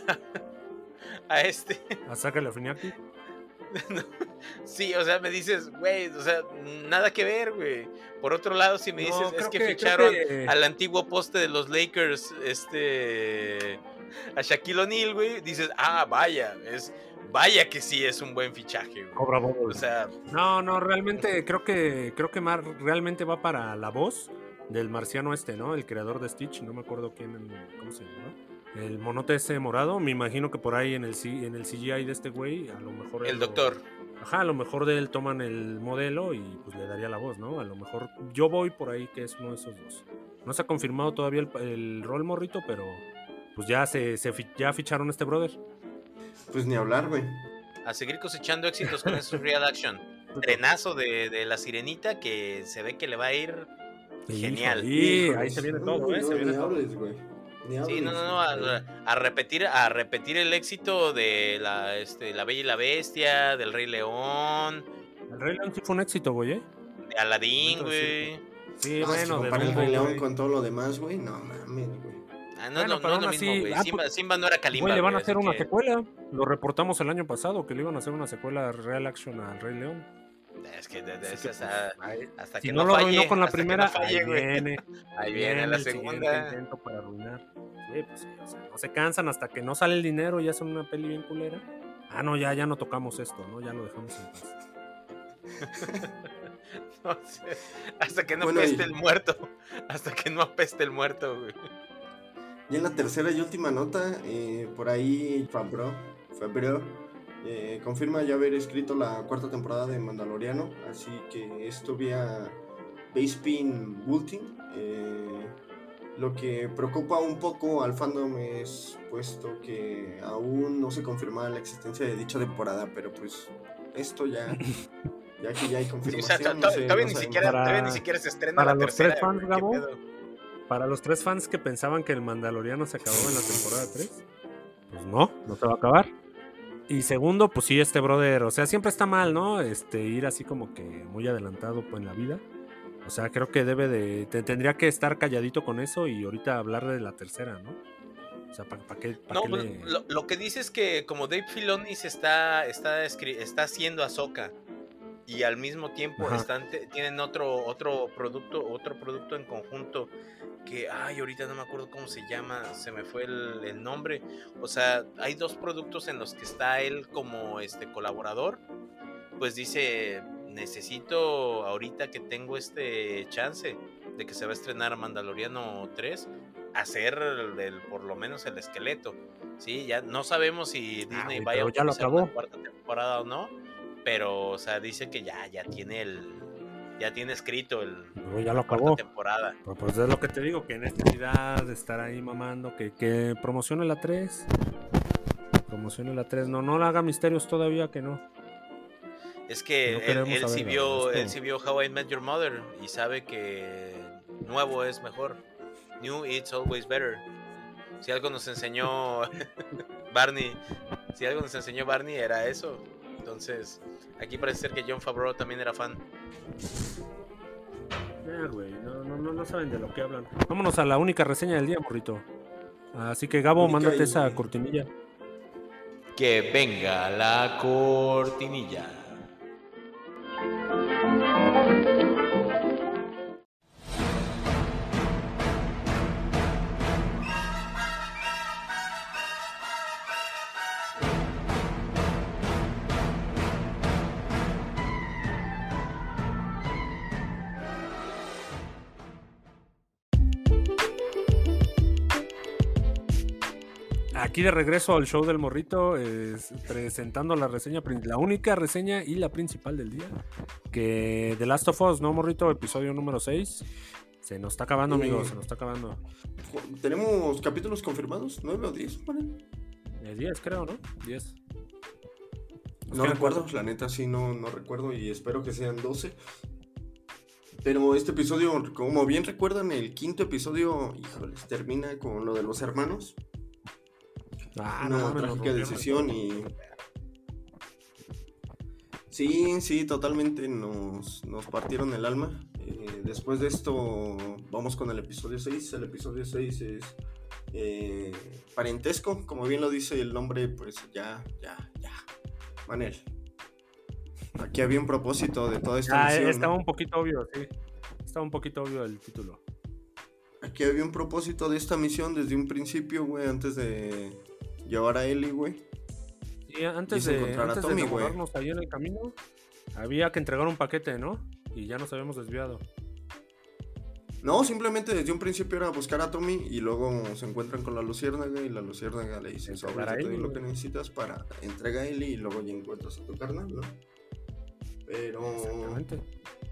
a este,
A Zach Galifianakis.
sí, o sea, me dices, güey, o sea, nada que ver, güey. Por otro lado, si me
No,
dices, es
creo
que,
que- creo
ficharon
que-
al antiguo poste de los Lakers, este, a Shaquille O'Neal, güey, dices, ah, vaya, es, vaya que sí es un buen fichaje, güey.
Cobra
O
Bubbles.
sea,
No, no, realmente creo que creo que Mar realmente va para la voz del marciano este, ¿no? El creador de Stitch, no me acuerdo quién, cómo se llama. El monote ese morado, me imagino que por ahí en el C- en el C G I de este güey, a lo mejor
el
él lo-
doctor.
Ajá, a lo mejor de él toman el modelo y pues le daría la voz, ¿no? A lo mejor yo voy por ahí que es uno de esos dos. No se ha confirmado todavía el, el rol morrito, pero pues ya se, se fi- ya ficharon a este brother.
Pues ni hablar, güey.
A seguir cosechando éxitos con esos real action. Trenazo de, de la sirenita que se ve que le va a ir genial.
Y
Híjoles.
ahí se viene
No,
todo, ¿eh?
no,
Se
ni
viene todo.
hables, güey. Ni
Sí,
hables,
no, no, no, a,
güey.
a repetir, a repetir el éxito de la, este, la Bella y la Bestia, del Rey León,
El Rey León sí fue un éxito, güey, ¿eh?
de Aladdin,
Momento
güey.
Sí,
Ah, si
bueno, de
comparas el
Dumbo,
Rey León
güey.
con todo lo demás, güey. No mames, güey.
Ah, no,
Bueno,
no,
pero
no es
aún
lo
así,
mismo, güey.
ah,
Simba,
pues,
Simba no era Kalimba,
Güey, le van a
güey,
hacer
así
una
que-
secuela. Lo reportamos el año pasado que le iban a hacer una secuela real action al Rey León.
Es que de- de-
Así
es
que,
hasta,
pues, ahí-
hasta
si
que
no,
no,
lo
falle,
arruinó con la
hasta que no
primera,
falle,
ahí
güey.
viene.
Ahí viene la
el siguiente
segunda.
intento para arruinar. Sí, pues sí, o sea, no se cansan hasta que no sale el dinero y hacen una peli bien culera. Ah, no, ya, ya no tocamos esto, ¿no? Ya lo dejamos en paz.
No sé, hasta que no
Bueno,
apeste
y-
el muerto. Hasta que no apeste el muerto, güey.
Y en la tercera y última nota, eh, por ahí Fabro, Fabro eh, confirma ya haber escrito la cuarta temporada de Mandaloriano, así que esto vía Basepin Bulletin. Eh, lo que preocupa un poco al fandom es puesto que aún no se confirma la existencia de dicha temporada, pero pues esto ya, ya que ya hay
Sí, o
confirmación.
sea, to-
no
to-
sé,
todavía,
no
ni
sabemos.
siquiera,
Para-
todavía ni siquiera se estrena
para
la
los
tercera.
tres fans,
güey, ¿qué
Gabo,
pedo?
Para los tres fans que pensaban que el Mandaloriano se acababa en la temporada tres, pues no, no se va a acabar. Y segundo, pues sí, este brother, o sea, siempre está mal, ¿no? Este, ir así como que muy adelantado pues, en la vida. O sea, creo que debe de, te, tendría que estar calladito con eso y ahorita hablar de la tercera, ¿no? O sea, ¿para pa qué, pa
No,
qué
pues,
le...
lo, lo que dice es que como Dave Filoni se está, está, escri- está haciendo Ahsoka y al mismo tiempo
Ajá.
están, te- tienen otro, otro producto, otro producto en conjunto que, ay, ahorita no me acuerdo cómo se llama, se me fue el, el nombre. O sea, hay dos productos en los que está él como este colaborador. Pues dice, necesito ahorita que tengo este chance de que se va a estrenar Mandaloriano tres, hacer el, el- por lo menos el esqueleto. Sí, ya no sabemos si
Ah,
Disney
güey,
vaya a
pero ya lo
autorizar
acabó.
una cuarta temporada o no, pero o sea, dice que ya, ya tiene el, ya tiene escrito el,
Pero ya lo
la cuarta
acabó.
temporada.
Pero pues es lo que te digo, que necesidad de estar ahí mamando, que, que promocione la tres. Promocione la tres. No, no le haga misterios todavía, que no.
Es que
No
él,
queremos
él sí
saberlo,
vio,
esto-
él sí vio How I Met Your Mother y sabe que nuevo es mejor. New it's always better. Si algo nos enseñó Barney, si algo nos enseñó Barney era eso. Entonces, aquí parece ser que Jon Favreau también era fan.
Ya, güey, no, no, no, no saben de lo que hablan. Vámonos a la única reseña del día, morrito. Así que Gabo,
Única
mándate
y-
esa cortinilla.
Que venga la cortinilla.
Aquí de regreso al show del morrito, eh, presentando la reseña, prin- la única reseña y la principal del día, que The Last of Us, ¿no, morrito? Episodio número seis. Se nos está acabando,
Eh,
amigos, se nos está acabando.
¿Tenemos capítulos confirmados? ¿nueve o diez?
Eh, diez, creo, ¿no? diez. Nos
No
quedan
recuerdo,
cuatro.
la neta sí no, no recuerdo y espero que sean doce. Pero este episodio, como bien recuerdan, el quinto episodio, híjoles, termina con lo de los hermanos.
Ah,
Una
no mames, nos
trágica
rompieron
decisión
el-
y... Sí, sí, totalmente nos, nos partieron el alma. Eh, después de esto vamos con el episodio seis. El episodio seis es eh, parentesco, como bien lo dice el nombre, pues ya, ya, ya. Manel. Aquí había un propósito de toda esta
Ah,
misión,
estaba
¿no?
un poquito obvio, sí. Estaba un poquito obvio el título.
Aquí había un propósito de esta misión desde un principio, güey, antes de llevar a Ellie, güey.
Y antes
Quise
de,
encontrar a
antes de
Tommy, güey.
enamorarnos ahí en el camino, había que entregar un paquete, ¿no? Y ya nos habíamos desviado.
No, simplemente desde un principio era buscar a Tommy y luego se encuentran con la luciérnaga y la luciérnaga le dice,
Entregar
sobre
a
te doy
Ellie,
lo que
güey.
necesitas para entrega a Ellie y luego ya encuentras a tu carnal, ¿no? Pero
Exactamente.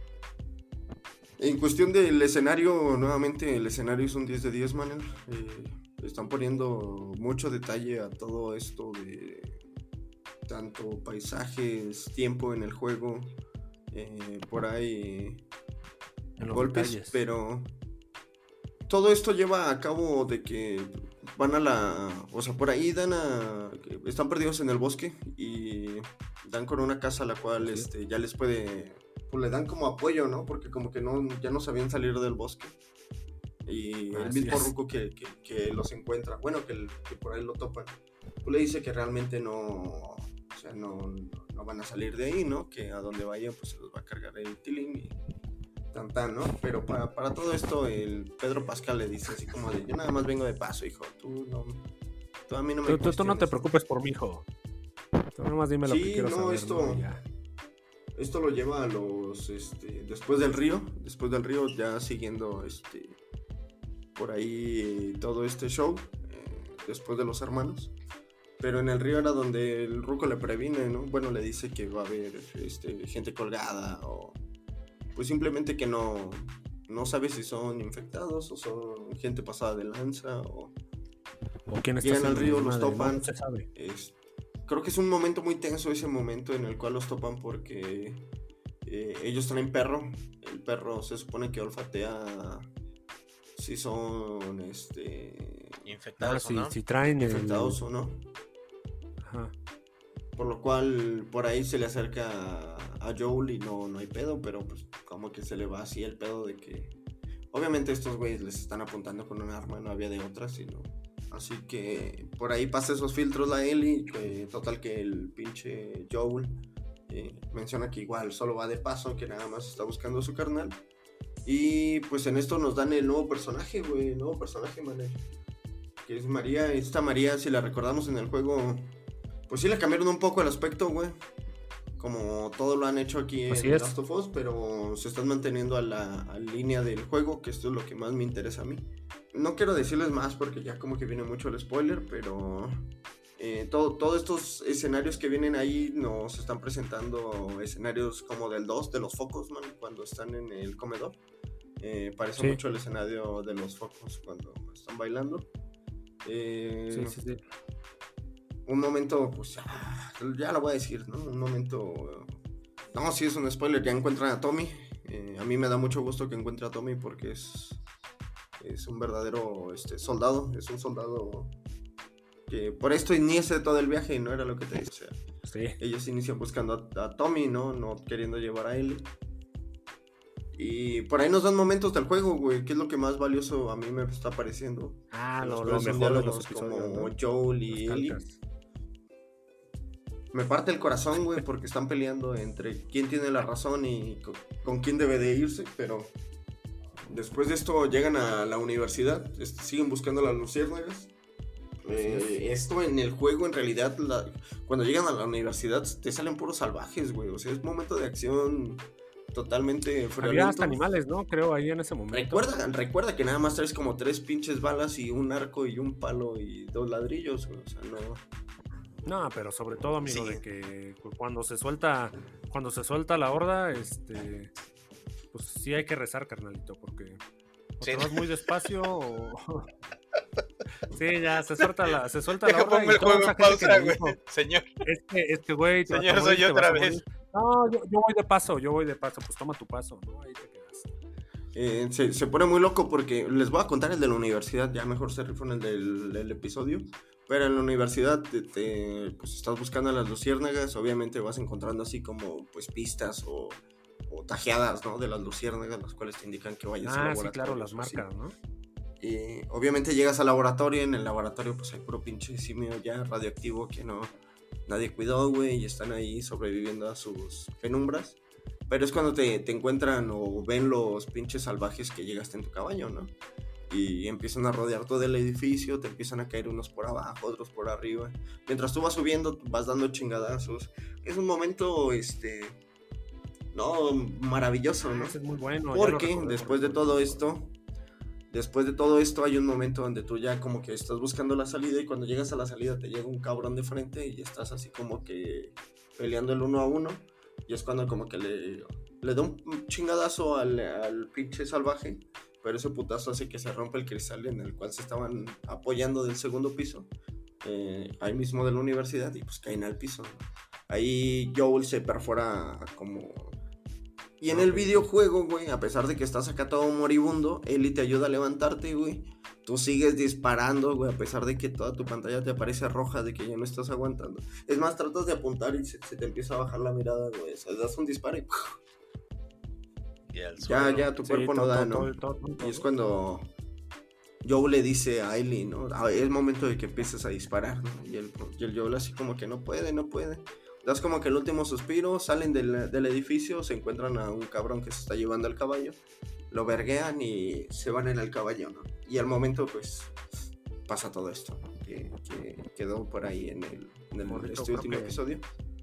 en cuestión del escenario, nuevamente el escenario es un diez de diez, Manuel. Eh, están poniendo mucho detalle a todo esto de tanto paisajes, tiempo en el juego, eh, por ahí
En los
golpes,
detalles.
pero todo esto lleva a cabo de que van a la, o sea, por ahí dan a, están perdidos en el bosque y dan con una casa a la cual
Sí.
este ya les puede, pues le dan como apoyo, ¿no? Porque como que no, ya no sabían salir del bosque. Y el
Así
mismo
es.
ruco que, que, que los encuentra, bueno, que, el- que por ahí lo topan, pues le dice que realmente no, o sea, no, no van a salir de ahí, ¿no? Que a donde vayan, pues se los va a cargar el tilín y tan tan, ¿no? Pero para, para todo esto, el Pedro Pascal le dice así como de, yo nada más vengo de paso, hijo, tú no, tú a mí no me
Tú, tú- tú no te
cuestiones".
preocupes por mi hijo. Tú nomás dime lo
Sí,
que quiero
no,
saber,
esto-
¿no? Y ya.
Esto lo lleva a los, este, después del río, después del río ya siguiendo, este, por ahí todo este show, eh, después de los hermanos. Pero en el río era donde el ruco le previne, ¿no? Bueno, le dice que va a haber, este, gente colgada o, pues simplemente que no, no sabe si son infectados o son gente pasada de lanza o...
¿O quién está
Llegan al
haciendo
río, los
desmadre?
topan.
No, no se sabe.
Es, creo que es un momento muy tenso ese momento en el cual los topan porque eh, ellos traen perro. El perro se supone que olfatea si son este
Ah,
Infectados
si,
o no.
si traen el...
infectados o no.
Ajá.
por lo cual por ahí se le acerca a, a Joel y no, no hay pedo, pero pues como que se le va así el pedo de que obviamente estos güeyes les están apuntando con un arma, no había de otra, sino así que por ahí pasa esos filtros la Ellie, que total que el pinche Joel eh, menciona que igual solo va de paso, que nada más está buscando a su carnal. Y pues en esto nos dan el nuevo personaje, güey, el nuevo personaje, Manuel, que es María. Esta María, si la recordamos en el juego, pues sí le cambiaron un poco el aspecto, güey, como todo lo han hecho aquí
Así
en
es.
Last of Us, pero se están manteniendo a la, a la línea del juego, que esto es lo que más me interesa a mí. No quiero decirles más porque ya como que viene mucho el spoiler, pero eh, todo, todos estos escenarios que vienen ahí nos están presentando escenarios como del dos, de los focos, man, cuando están en el comedor. Eh, parece
Sí.
mucho el escenario de los focos cuando están bailando. Eh,
Sí, sí, sí.
Un momento, pues ya, ya lo voy a decir, ¿no? Un momento... No, sí es un spoiler, ya encuentran a Tommy. Eh, a mí me da mucho gusto que encuentre a Tommy porque es... Es un verdadero este, soldado, es un soldado que por esto inicia todo el viaje y no era lo que te dice. O sea,
Sí.
ellos inician buscando a, a Tommy, ¿no? No queriendo llevar a Ellie. Y por ahí nos dan momentos del juego, güey, que es lo que más valioso a mí me está pareciendo.
Ah,
Nos
lo,
ponen
lo
sus
mejor de los
diálogos
episodios,
como
¿no?
Joel y
Las
Ellie.
calcas.
Me parte el corazón, güey, porque están peleando entre quién tiene la razón y con, con quién debe de irse, pero... Después de esto llegan a la universidad, este, siguen buscando las luciérnagas. Eh, esto en el juego, en realidad, la, cuando llegan a la universidad te salen puros salvajes, güey. O sea, es momento de acción totalmente
Había
friolento.
hasta animales, ¿no? Creo ahí en ese momento.
Recuerda, recuerda que nada más traes como tres pinches balas y un arco y un palo y dos ladrillos, güey. O sea, no...
No, pero sobre todo, amigo,
Sí.
de que cuando se suelta, cuando se suelta la horda, este, pues sí hay que rezar, carnalito, porque o
Sí.
te vas muy despacio o... Sí, ya, se suelta la, se suelta la
Deja
horda
pongo
y
el
toda
juego
esa
en
gente que
pausa,
me
güey.
dijo,
Señor,
es que, es que, güey, te vas a
señor,
morir,
soy yo
te vas
otra
a
vez.
morir. No, yo, yo voy de paso, yo voy de paso, pues toma tu paso, ¿no? Ahí te quedas.
Eh, se, se pone muy loco porque les voy a contar el de la universidad, ya mejor se rifan el del, del episodio. Pero en la universidad te, te, pues estás buscando las luciérnagas, obviamente vas encontrando así como pues pistas o, o tajeadas, ¿no? De las luciérnagas, las cuales te indican que vayas al
Ah,
laboratorio.
sí, claro, las
o así.
marcas, ¿no?
Y obviamente llegas al laboratorio, en el laboratorio pues hay puro pinche simio ya radioactivo que no nadie cuidó, güey, y están ahí sobreviviendo a sus penumbras. Pero es cuando te, te encuentran o ven los pinches salvajes que llegaste en tu caballo, ¿no? Y empiezan a rodear todo el edificio, te empiezan a caer unos por abajo, otros por arriba. Mientras tú vas subiendo, vas dando chingadazos. Es un momento, este... No, maravilloso, ¿no?
Ese es muy bueno. ya lo
Porque
recordé,
después de
por
todo
ejemplo.
esto, después de todo esto hay un momento donde tú ya como que estás buscando la salida y cuando llegas a la salida te llega un cabrón de frente y estás así como que peleando el uno a uno y es cuando como que le, le da un chingadazo al, al pinche salvaje, pero ese putazo hace que se rompe el cristal en el cual se estaban apoyando del segundo piso, eh, ahí mismo de la universidad, y pues caen al piso, ¿no? Ahí Joel se perfora como... Y en el videojuego, güey, a pesar de que estás acá todo moribundo, Ellie te ayuda a levantarte, güey. Tú sigues disparando, güey, a pesar de que toda tu pantalla te aparece roja, de que ya no estás aguantando. Es más, tratas de apuntar y se, se te empieza a bajar la mirada, güey. O sea, das un disparo y... ¡puf!
Y al
Ya,
suelo.
ya, tu
Sí,
cuerpo no
todo,
da,
todo,
¿no?
todo, todo, todo.
Y es cuando Joel le dice a Ellie, ¿no? "Ah, es momento de que empieces a disparar, ¿no?" Y el, y el Joel así como que no puede, no puede. Das como que el último suspiro, salen del, del edificio, se encuentran a un cabrón que se está llevando al caballo, lo verguean y se van en el caballo, ¿no? Y al momento, pues, pasa todo esto, ¿no? que, que quedó por ahí en, el, en el,
Morrito,
este
creo
último
que-
episodio.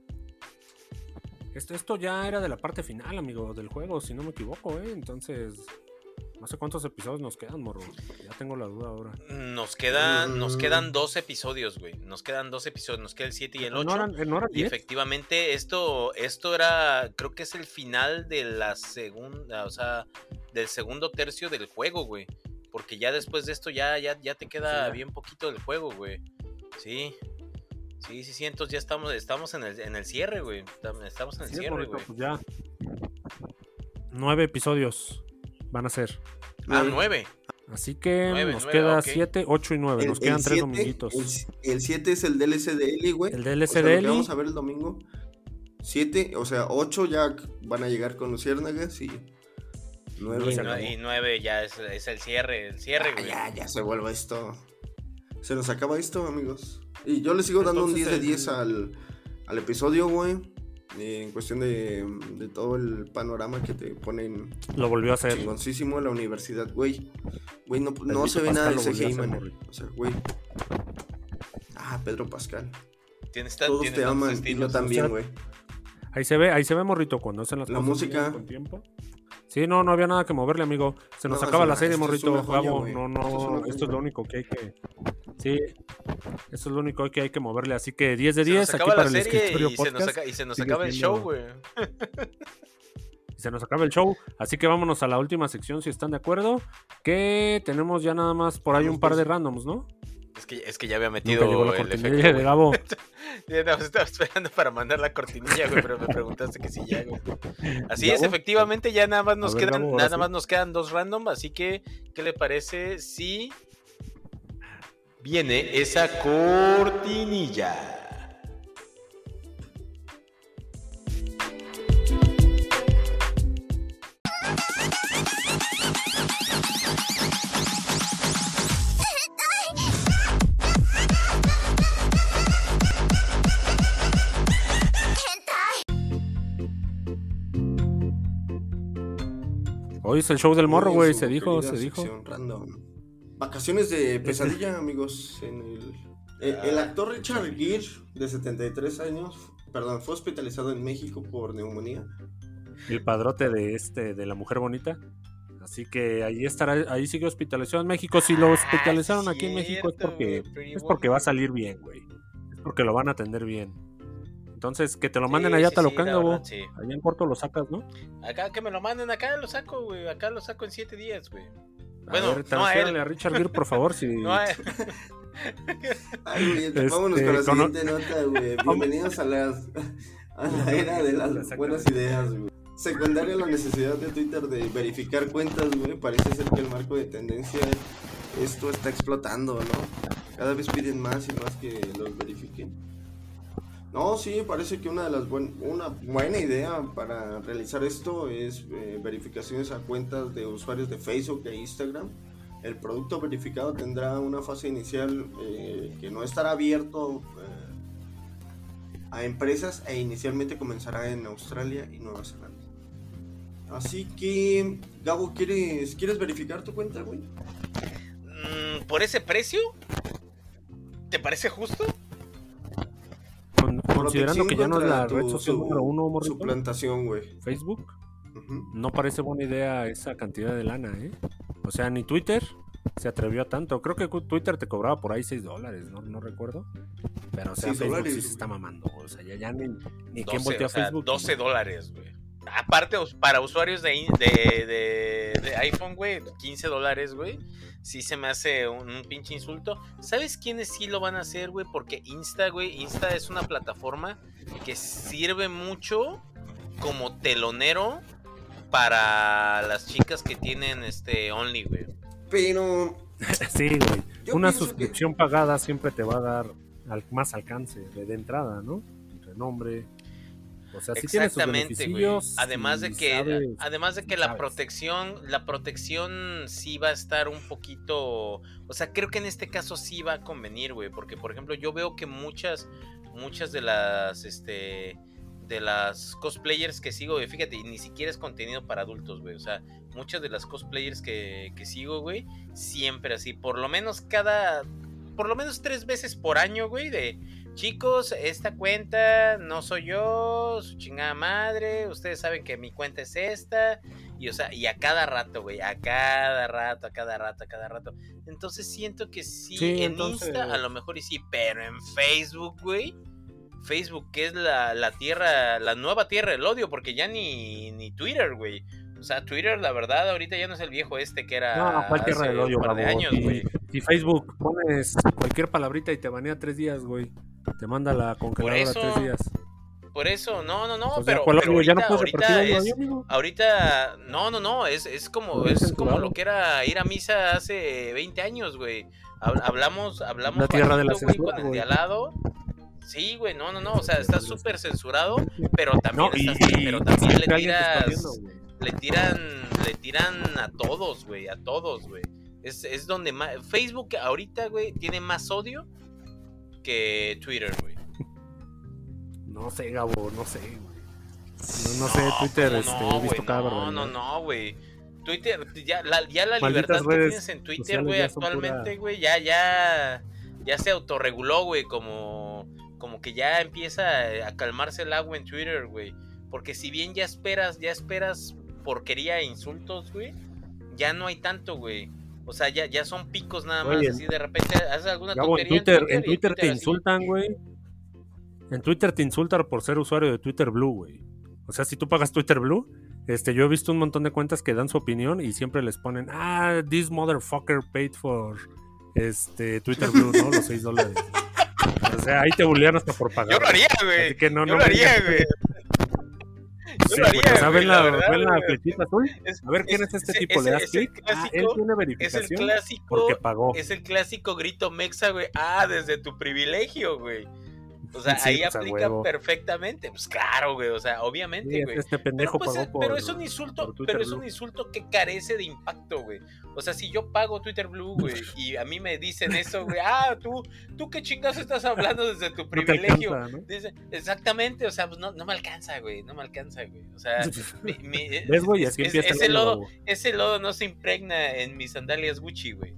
Esto, esto ya era de la parte final, amigo, del juego, si no me equivoco, ¿eh? Entonces, no sé cuántos episodios nos quedan, morro. Ya tengo la duda ahora.
Nos quedan, nos
Mm.
quedan dos episodios, güey. Nos quedan dos episodios. Nos queda el siete y el
¿No
ocho.
eran, no eran
Y
diez?
efectivamente, esto, esto era, creo que es el final de la segunda, o sea, del segundo tercio del juego, güey. Porque ya después de esto ya, ya, ya te queda
Sí.
bien poquito del juego, güey. Sí. Sí, sí, sí, entonces ya estamos, estamos en el, en el cierre, güey. Tam- Estamos en el
Sí,
cierre,
morrito,
güey.
pues ya. Nueve episodios van a ser.
Ah,
Nueve.
nueve.
Así que
Nueve,
nos
nueve,
queda
ok.
siete, ocho y nueve.
El-
Nos quedan
el
tres
siete,
dominguitos.
El siete es el D L C de Eli, güey.
El D L C
O sea,
de
lo que
Eli.
vamos a ver el domingo. siete, o sea, ocho ya van a llegar con Luciérnagas y nueve.
Y,
se
nue-
acabó.
y nueve ya es, es el cierre, el cierre,
Ah,
güey.
ya, ya se vuelve esto. Se nos acaba esto, amigos. Y yo le sigo dando un
Entonces,
diez de
el-
diez al, al episodio, güey. eh, En cuestión de, de todo el panorama que te ponen
Lo volvió a hacer.
chingoncísimo en la universidad, güey. Güey, no, no
Pedrito
se ve nada de
Pascal lo
C G I,
volvió a hacer,
man.
morrito.
O sea, güey. Ah, Pedro Pascal.
Tienes tan-
Todos
tienes
te
tantos
aman y
estilos.
yo también,
o sea,
güey.
Ahí se ve, ahí se ve, morrito, cuando hacen las
La
cosas
música.
bien con tiempo. Sí, no, no había nada que moverle, amigo. Se nos
No,
acaba
sí,
la serie,
esto es
morrito.
una joya,
Gabo.
güey.
No,
Esto es
no,
una
esto es
joya.
lo único que hay que... Sí, esto es lo único que hay que moverle. Así que diez de
Se nos
diez aquí
acaba
para
la
el
serie
escritorio
y se nos,
podcast.
aca- y se nos
Sigue
acaba el
siendo-
show, güey.
Y se nos acaba el show. Así que vámonos a la última sección, si están de acuerdo. Que tenemos ya nada más por ahí
Vamos,
un par
pues.
de randoms, ¿no?
Es que, es que ya había
Nunca
metido
llegó la
el
cortinilla
efecto,
de
güey.
Gabo.
Ya no, estaba esperando para mandar la cortinilla, güey, pero me preguntaste que si ya, güey. Así es,
¿Gabo?
efectivamente, ya nada más nos
A ver,
quedan,
Gabo, ahora
nada
sí.
más nos quedan dos random, así que, ¿qué le parece si viene esa cortinilla?
Hoy es el show del morro,
Muy
güey.
su
Se dijo,
querida
se dijo.
sección random. Vacaciones de pesadilla, amigos. En el, el, el actor Richard Gere, de setenta y tres años, perdón, fue hospitalizado en México por neumonía.
El padrote de este, de la mujer bonita. Así que ahí estará, ahí sigue hospitalizado en México. Si lo hospitalizaron aquí en México es
cierto,
porque,
güey, Pretty
es porque
Woman.
va a salir bien, güey. Es porque lo van a atender bien. Entonces, que te lo
Sí,
manden allá a
sí, sí,
Talocán,
la
Gabo.
verdad, sí.
Allá en corto lo sacas, ¿no?
Acá que me lo manden, acá lo saco, güey. Acá lo saco en siete días, güey.
A
Bueno,
ver,
no a
transfiérale
él.
a Richard Gere, por favor, si...
No, eh,
Ay, güey,
Este,
vámonos con la
con-
siguiente nota, güey. Bienvenidos a las a la era de las
Exactamente.
buenas ideas, güey. Secundaria la necesidad de Twitter de verificar cuentas, güey. Parece ser que el marco de tendencia esto está explotando, ¿no? Cada vez piden más y más que los verifiquen. No, sí, parece que una de las buen, una buena idea para realizar esto es eh, verificaciones a cuentas de usuarios de Facebook e Instagram. El producto verificado tendrá una fase inicial eh, que no estará abierto eh, a empresas e inicialmente comenzará en Australia y Nueva Zelanda. Así que, Gabo, ¿quieres, ¿quieres verificar tu cuenta, güey?
mm, ¿por ese precio? ¿Te parece justo?
Con- considerando
Protección
que ya no es
contra
la red
tu-
social
su-
número uno, morrito,
suplantación, güey.
Facebook,
Ujú.
no parece buena idea esa cantidad de lana, ¿eh? O sea, ni Twitter se atrevió a tanto. Creo que Twitter te cobraba por ahí seis dólares, ¿no? No recuerdo. Pero, o sea,
seis
Facebook
dólares,
sí se
güey.
está mamando. O sea, ya, ya ni, ni
doce,
quién voltea
o sea,
a Facebook.
doce dólares, güey. Aparte, us- para usuarios de, in- de, de, de iPhone, güey, quince dólares, güey. Sí se me hace un, un pinche insulto. ¿Sabes quiénes sí lo van a hacer, güey? Porque Insta, güey, Insta es una plataforma que sirve mucho como telonero para las chicas que tienen este Only, güey.
Pero
Sí, güey.
Yo
Una
pienso
suscripción pagada siempre te va a dar al- más alcance de, de entrada, ¿no? Renombre. O sea, sí tiene sus
Exactamente, güey.
beneficios.
Además de
y
que,
sabes-
además de que la
sabes.
protección, la protección sí va a estar un poquito, o sea, creo que en este caso sí va a convenir, güey, porque por ejemplo yo veo que muchas, muchas de las, este, de las cosplayers que sigo, güey, fíjate, y ni siquiera es contenido para adultos, güey, o sea, muchas de las cosplayers que, que sigo, güey, siempre así, por lo menos cada, por lo menos tres veces por año, güey, de chicos, esta cuenta no soy yo, su chingada madre, ustedes saben que mi cuenta es esta, y o sea, y a cada rato, güey, a cada rato, a cada rato, a cada rato. Entonces siento que sí,
Sí,
en
entonces-
Insta a lo mejor y sí, pero en Facebook, güey, Facebook que es la, la tierra, la nueva tierra del odio, porque ya ni, ni Twitter, güey. O sea, Twitter, la verdad, ahorita ya no es el viejo este que era
No, ¿cuál tierra
hace
del odio,
un par de
Gabo?
años,
Y-
güey.
Y Facebook, pones cualquier palabrita y te banea tres días, güey. Te manda la congeladora
eso-
tres días.
por eso, no, no, no,
Pues
pero,
ya, ¿cuál
pero
odio? Ya no
ahorita,
puedes repartir
ahorita
odio
es,
ahí, amigo.
ahorita, no, no, no, es, es como,
Lo ves
es como
censurado.
lo que era ir a misa hace veinte años, güey. Hab- Hablamos, hablamos
La tierra de la
bajito, güey,
censura,
con el
güey.
de al lado. Sí, güey, no, no, no, o sea, está súper censurado, pero
No,
también,
y,
estás-
y
pero también le
siempre alguien te está viendo,
tiras,
güey.
le tiran, le tiran a todos, güey, a todos, güey. Es, es donde más, Facebook ahorita, güey, tiene más odio que Twitter, güey.
No sé, Gabo, no sé, güey. No, no sé, Twitter,
¿cómo
este,
no,
he visto
güey?
cada
No,
barbaridad.
no, no, güey. Twitter, ya la, ya la
Malditas
libertad que
redes
tienes en Twitter,
sociales
güey,
ya son
actualmente,
pura-
güey, ya, ya, ya se autorreguló, güey, como, como que ya empieza a calmarse el agua en Twitter, güey. Porque si bien ya esperas, ya esperas porquería e insultos, güey, ya no hay tanto, güey. O sea, ya, ya son picos nada más,
Oye,
así de repente haces alguna
Gabo, en
tontería
Twitter, en
y
Twitter te
así.
insultan, güey. En Twitter te insultan por ser usuario de Twitter Blue, güey. O sea, si tú pagas Twitter Blue, este, yo he visto un montón de cuentas que dan su opinión y siempre les ponen, ah, this motherfucker paid for este Twitter Blue, ¿no? Los seis dólares. O sea, ahí te bullean hasta por pagar.
Yo lo haría, güey.
Así que no,
Yo
no
lo haría,
vengas.
güey.
Sí,
Yo lo haría,
güey, o sea,
güey,
ven
la
la,
verdad,
ven la
güey.
flechita azul.
Es-
A ver quién es,
es-
este
es-
tipo, le
es-
das
es el
clic. Ah, él
clásico-
tiene
Es el
verificación
clásico.
porque pagó.
Es el clásico grito mexa, güey. Ah, desde tu privilegio, güey. O sea,
Sí,
ahí
pues, a
aplica
huevo.
perfectamente. Pues claro, güey. O sea, obviamente,
Sí,
güey.
este
Pero,
pendejo
pues,
pagó
es-
por,
pero es un insulto,
por Twitter
pero es
Blue.
un insulto que carece de impacto, güey. O sea, si yo pago Twitter Blue, güey, y a mí me dicen eso, güey, ah, tú, tú qué chingados estás hablando desde tu
No te
privilegio.
alcanza, ¿no?
Dice, exactamente, o sea, pues no, no me alcanza, güey, no me alcanza, güey. O sea, mi- mi-
¿Ves, güey?
es-
Así
es-
empieza el
ese
odio,
lodo,
Gabo.
ese lodo no se impregna en mis sandalias Gucci, güey.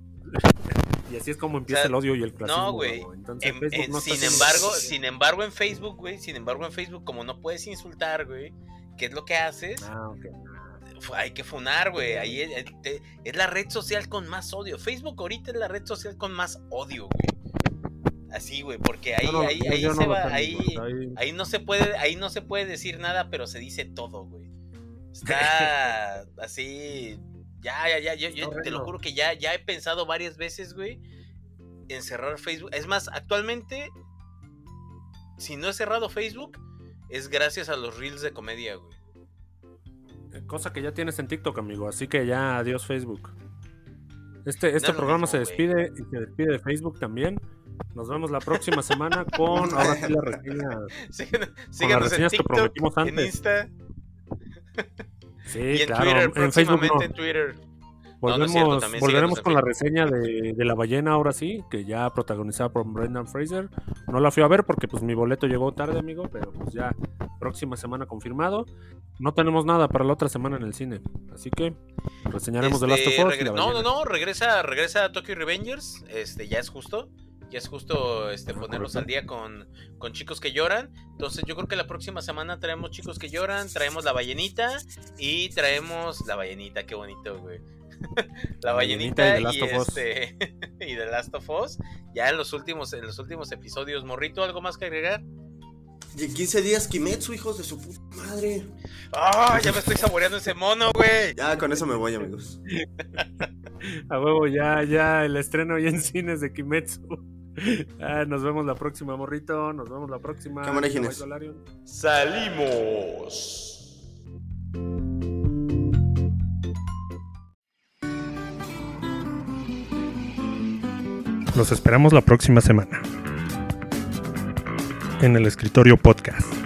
Y así es como empieza
O sea,
el odio y el clasismo.
no, güey.
Gabo. Entonces,
En-
Facebook
en-
no está
sin
haciendo
embargo,
nada.
sin embargo en Facebook, güey, sin embargo en Facebook, como no puedes insultar, güey, ¿qué es lo que haces?
Ah, ok.
Fu- Hay que funar, güey. Ahí es, es- es la red social con más odio. Facebook ahorita es la red social con más odio, güey. Así, güey, porque ahí,
Yo no-
ahí,
yo-
ahí
yo
se
no lo
va,
tengo,
ahí,
o sea, ahí-
ahí no se puede, ahí no se puede decir nada, pero se dice todo, güey. Está así. Ya, ya, ya, yo, yo te lo
horrendo.
juro que ya, ya he pensado varias veces, güey, en cerrar Facebook. Es más, actualmente, si no he cerrado Facebook, es gracias a los reels de comedia, güey.
Cosa que ya tienes en TikTok, amigo. Así que ya, adiós Facebook. Este, este
No es lo
programa
mismo,
se
güey.
despide y se despide de Facebook también. Nos vemos la próxima semana con ahora sí la reseña.
Síganos, síganos en
reseñas que
TikTok,
prometimos
en
antes.
Insta
Sí,
y en
claro.
Twitter,
En Facebook
próximamente
no.
en Twitter.
Volvemos,
no es cierto, también
volveremos
síganos en
con la
Facebook.
reseña de, de La Ballena ahora sí, que ya protagonizada por Brendan Fraser. No la fui a ver porque pues mi boleto llegó tarde, amigo, pero pues ya próxima semana confirmado. No tenemos nada para la otra semana en el cine, así que reseñaremos The Last
Este,
of Us y
regre-
La
no, no,
Ballena.
no, regresa, regresa a Tokyo Revengers. Este, ya es justo. Ya es justo este,
Ah,
ponerlos
correcto.
al día con, con Chicos que Lloran. Entonces yo creo que la próxima semana traemos Chicos que Lloran, traemos La Ballenita y traemos La Ballenita, qué bonito, güey. La
La Ballenita
Ballenita
y The
y,
Last of Us.
este y The Last of Us. Ya en los últimos, en los últimos episodios, Morrito, ¿algo más que agregar?
Y en quince días Kimetsu, hijos de su puta madre.
¡Ah! Ya me estoy saboreando ese mono, güey.
Ya, con eso me voy, amigos.
A huevo, ya, ya, el estreno ya en cines de Kimetsu. Ah, nos vemos la próxima, morrito. Nos vemos la próxima.
Cámara, Gines.
Caballo Larion.
Salimos.
Los esperamos la próxima semana en el Escritorio Podcast.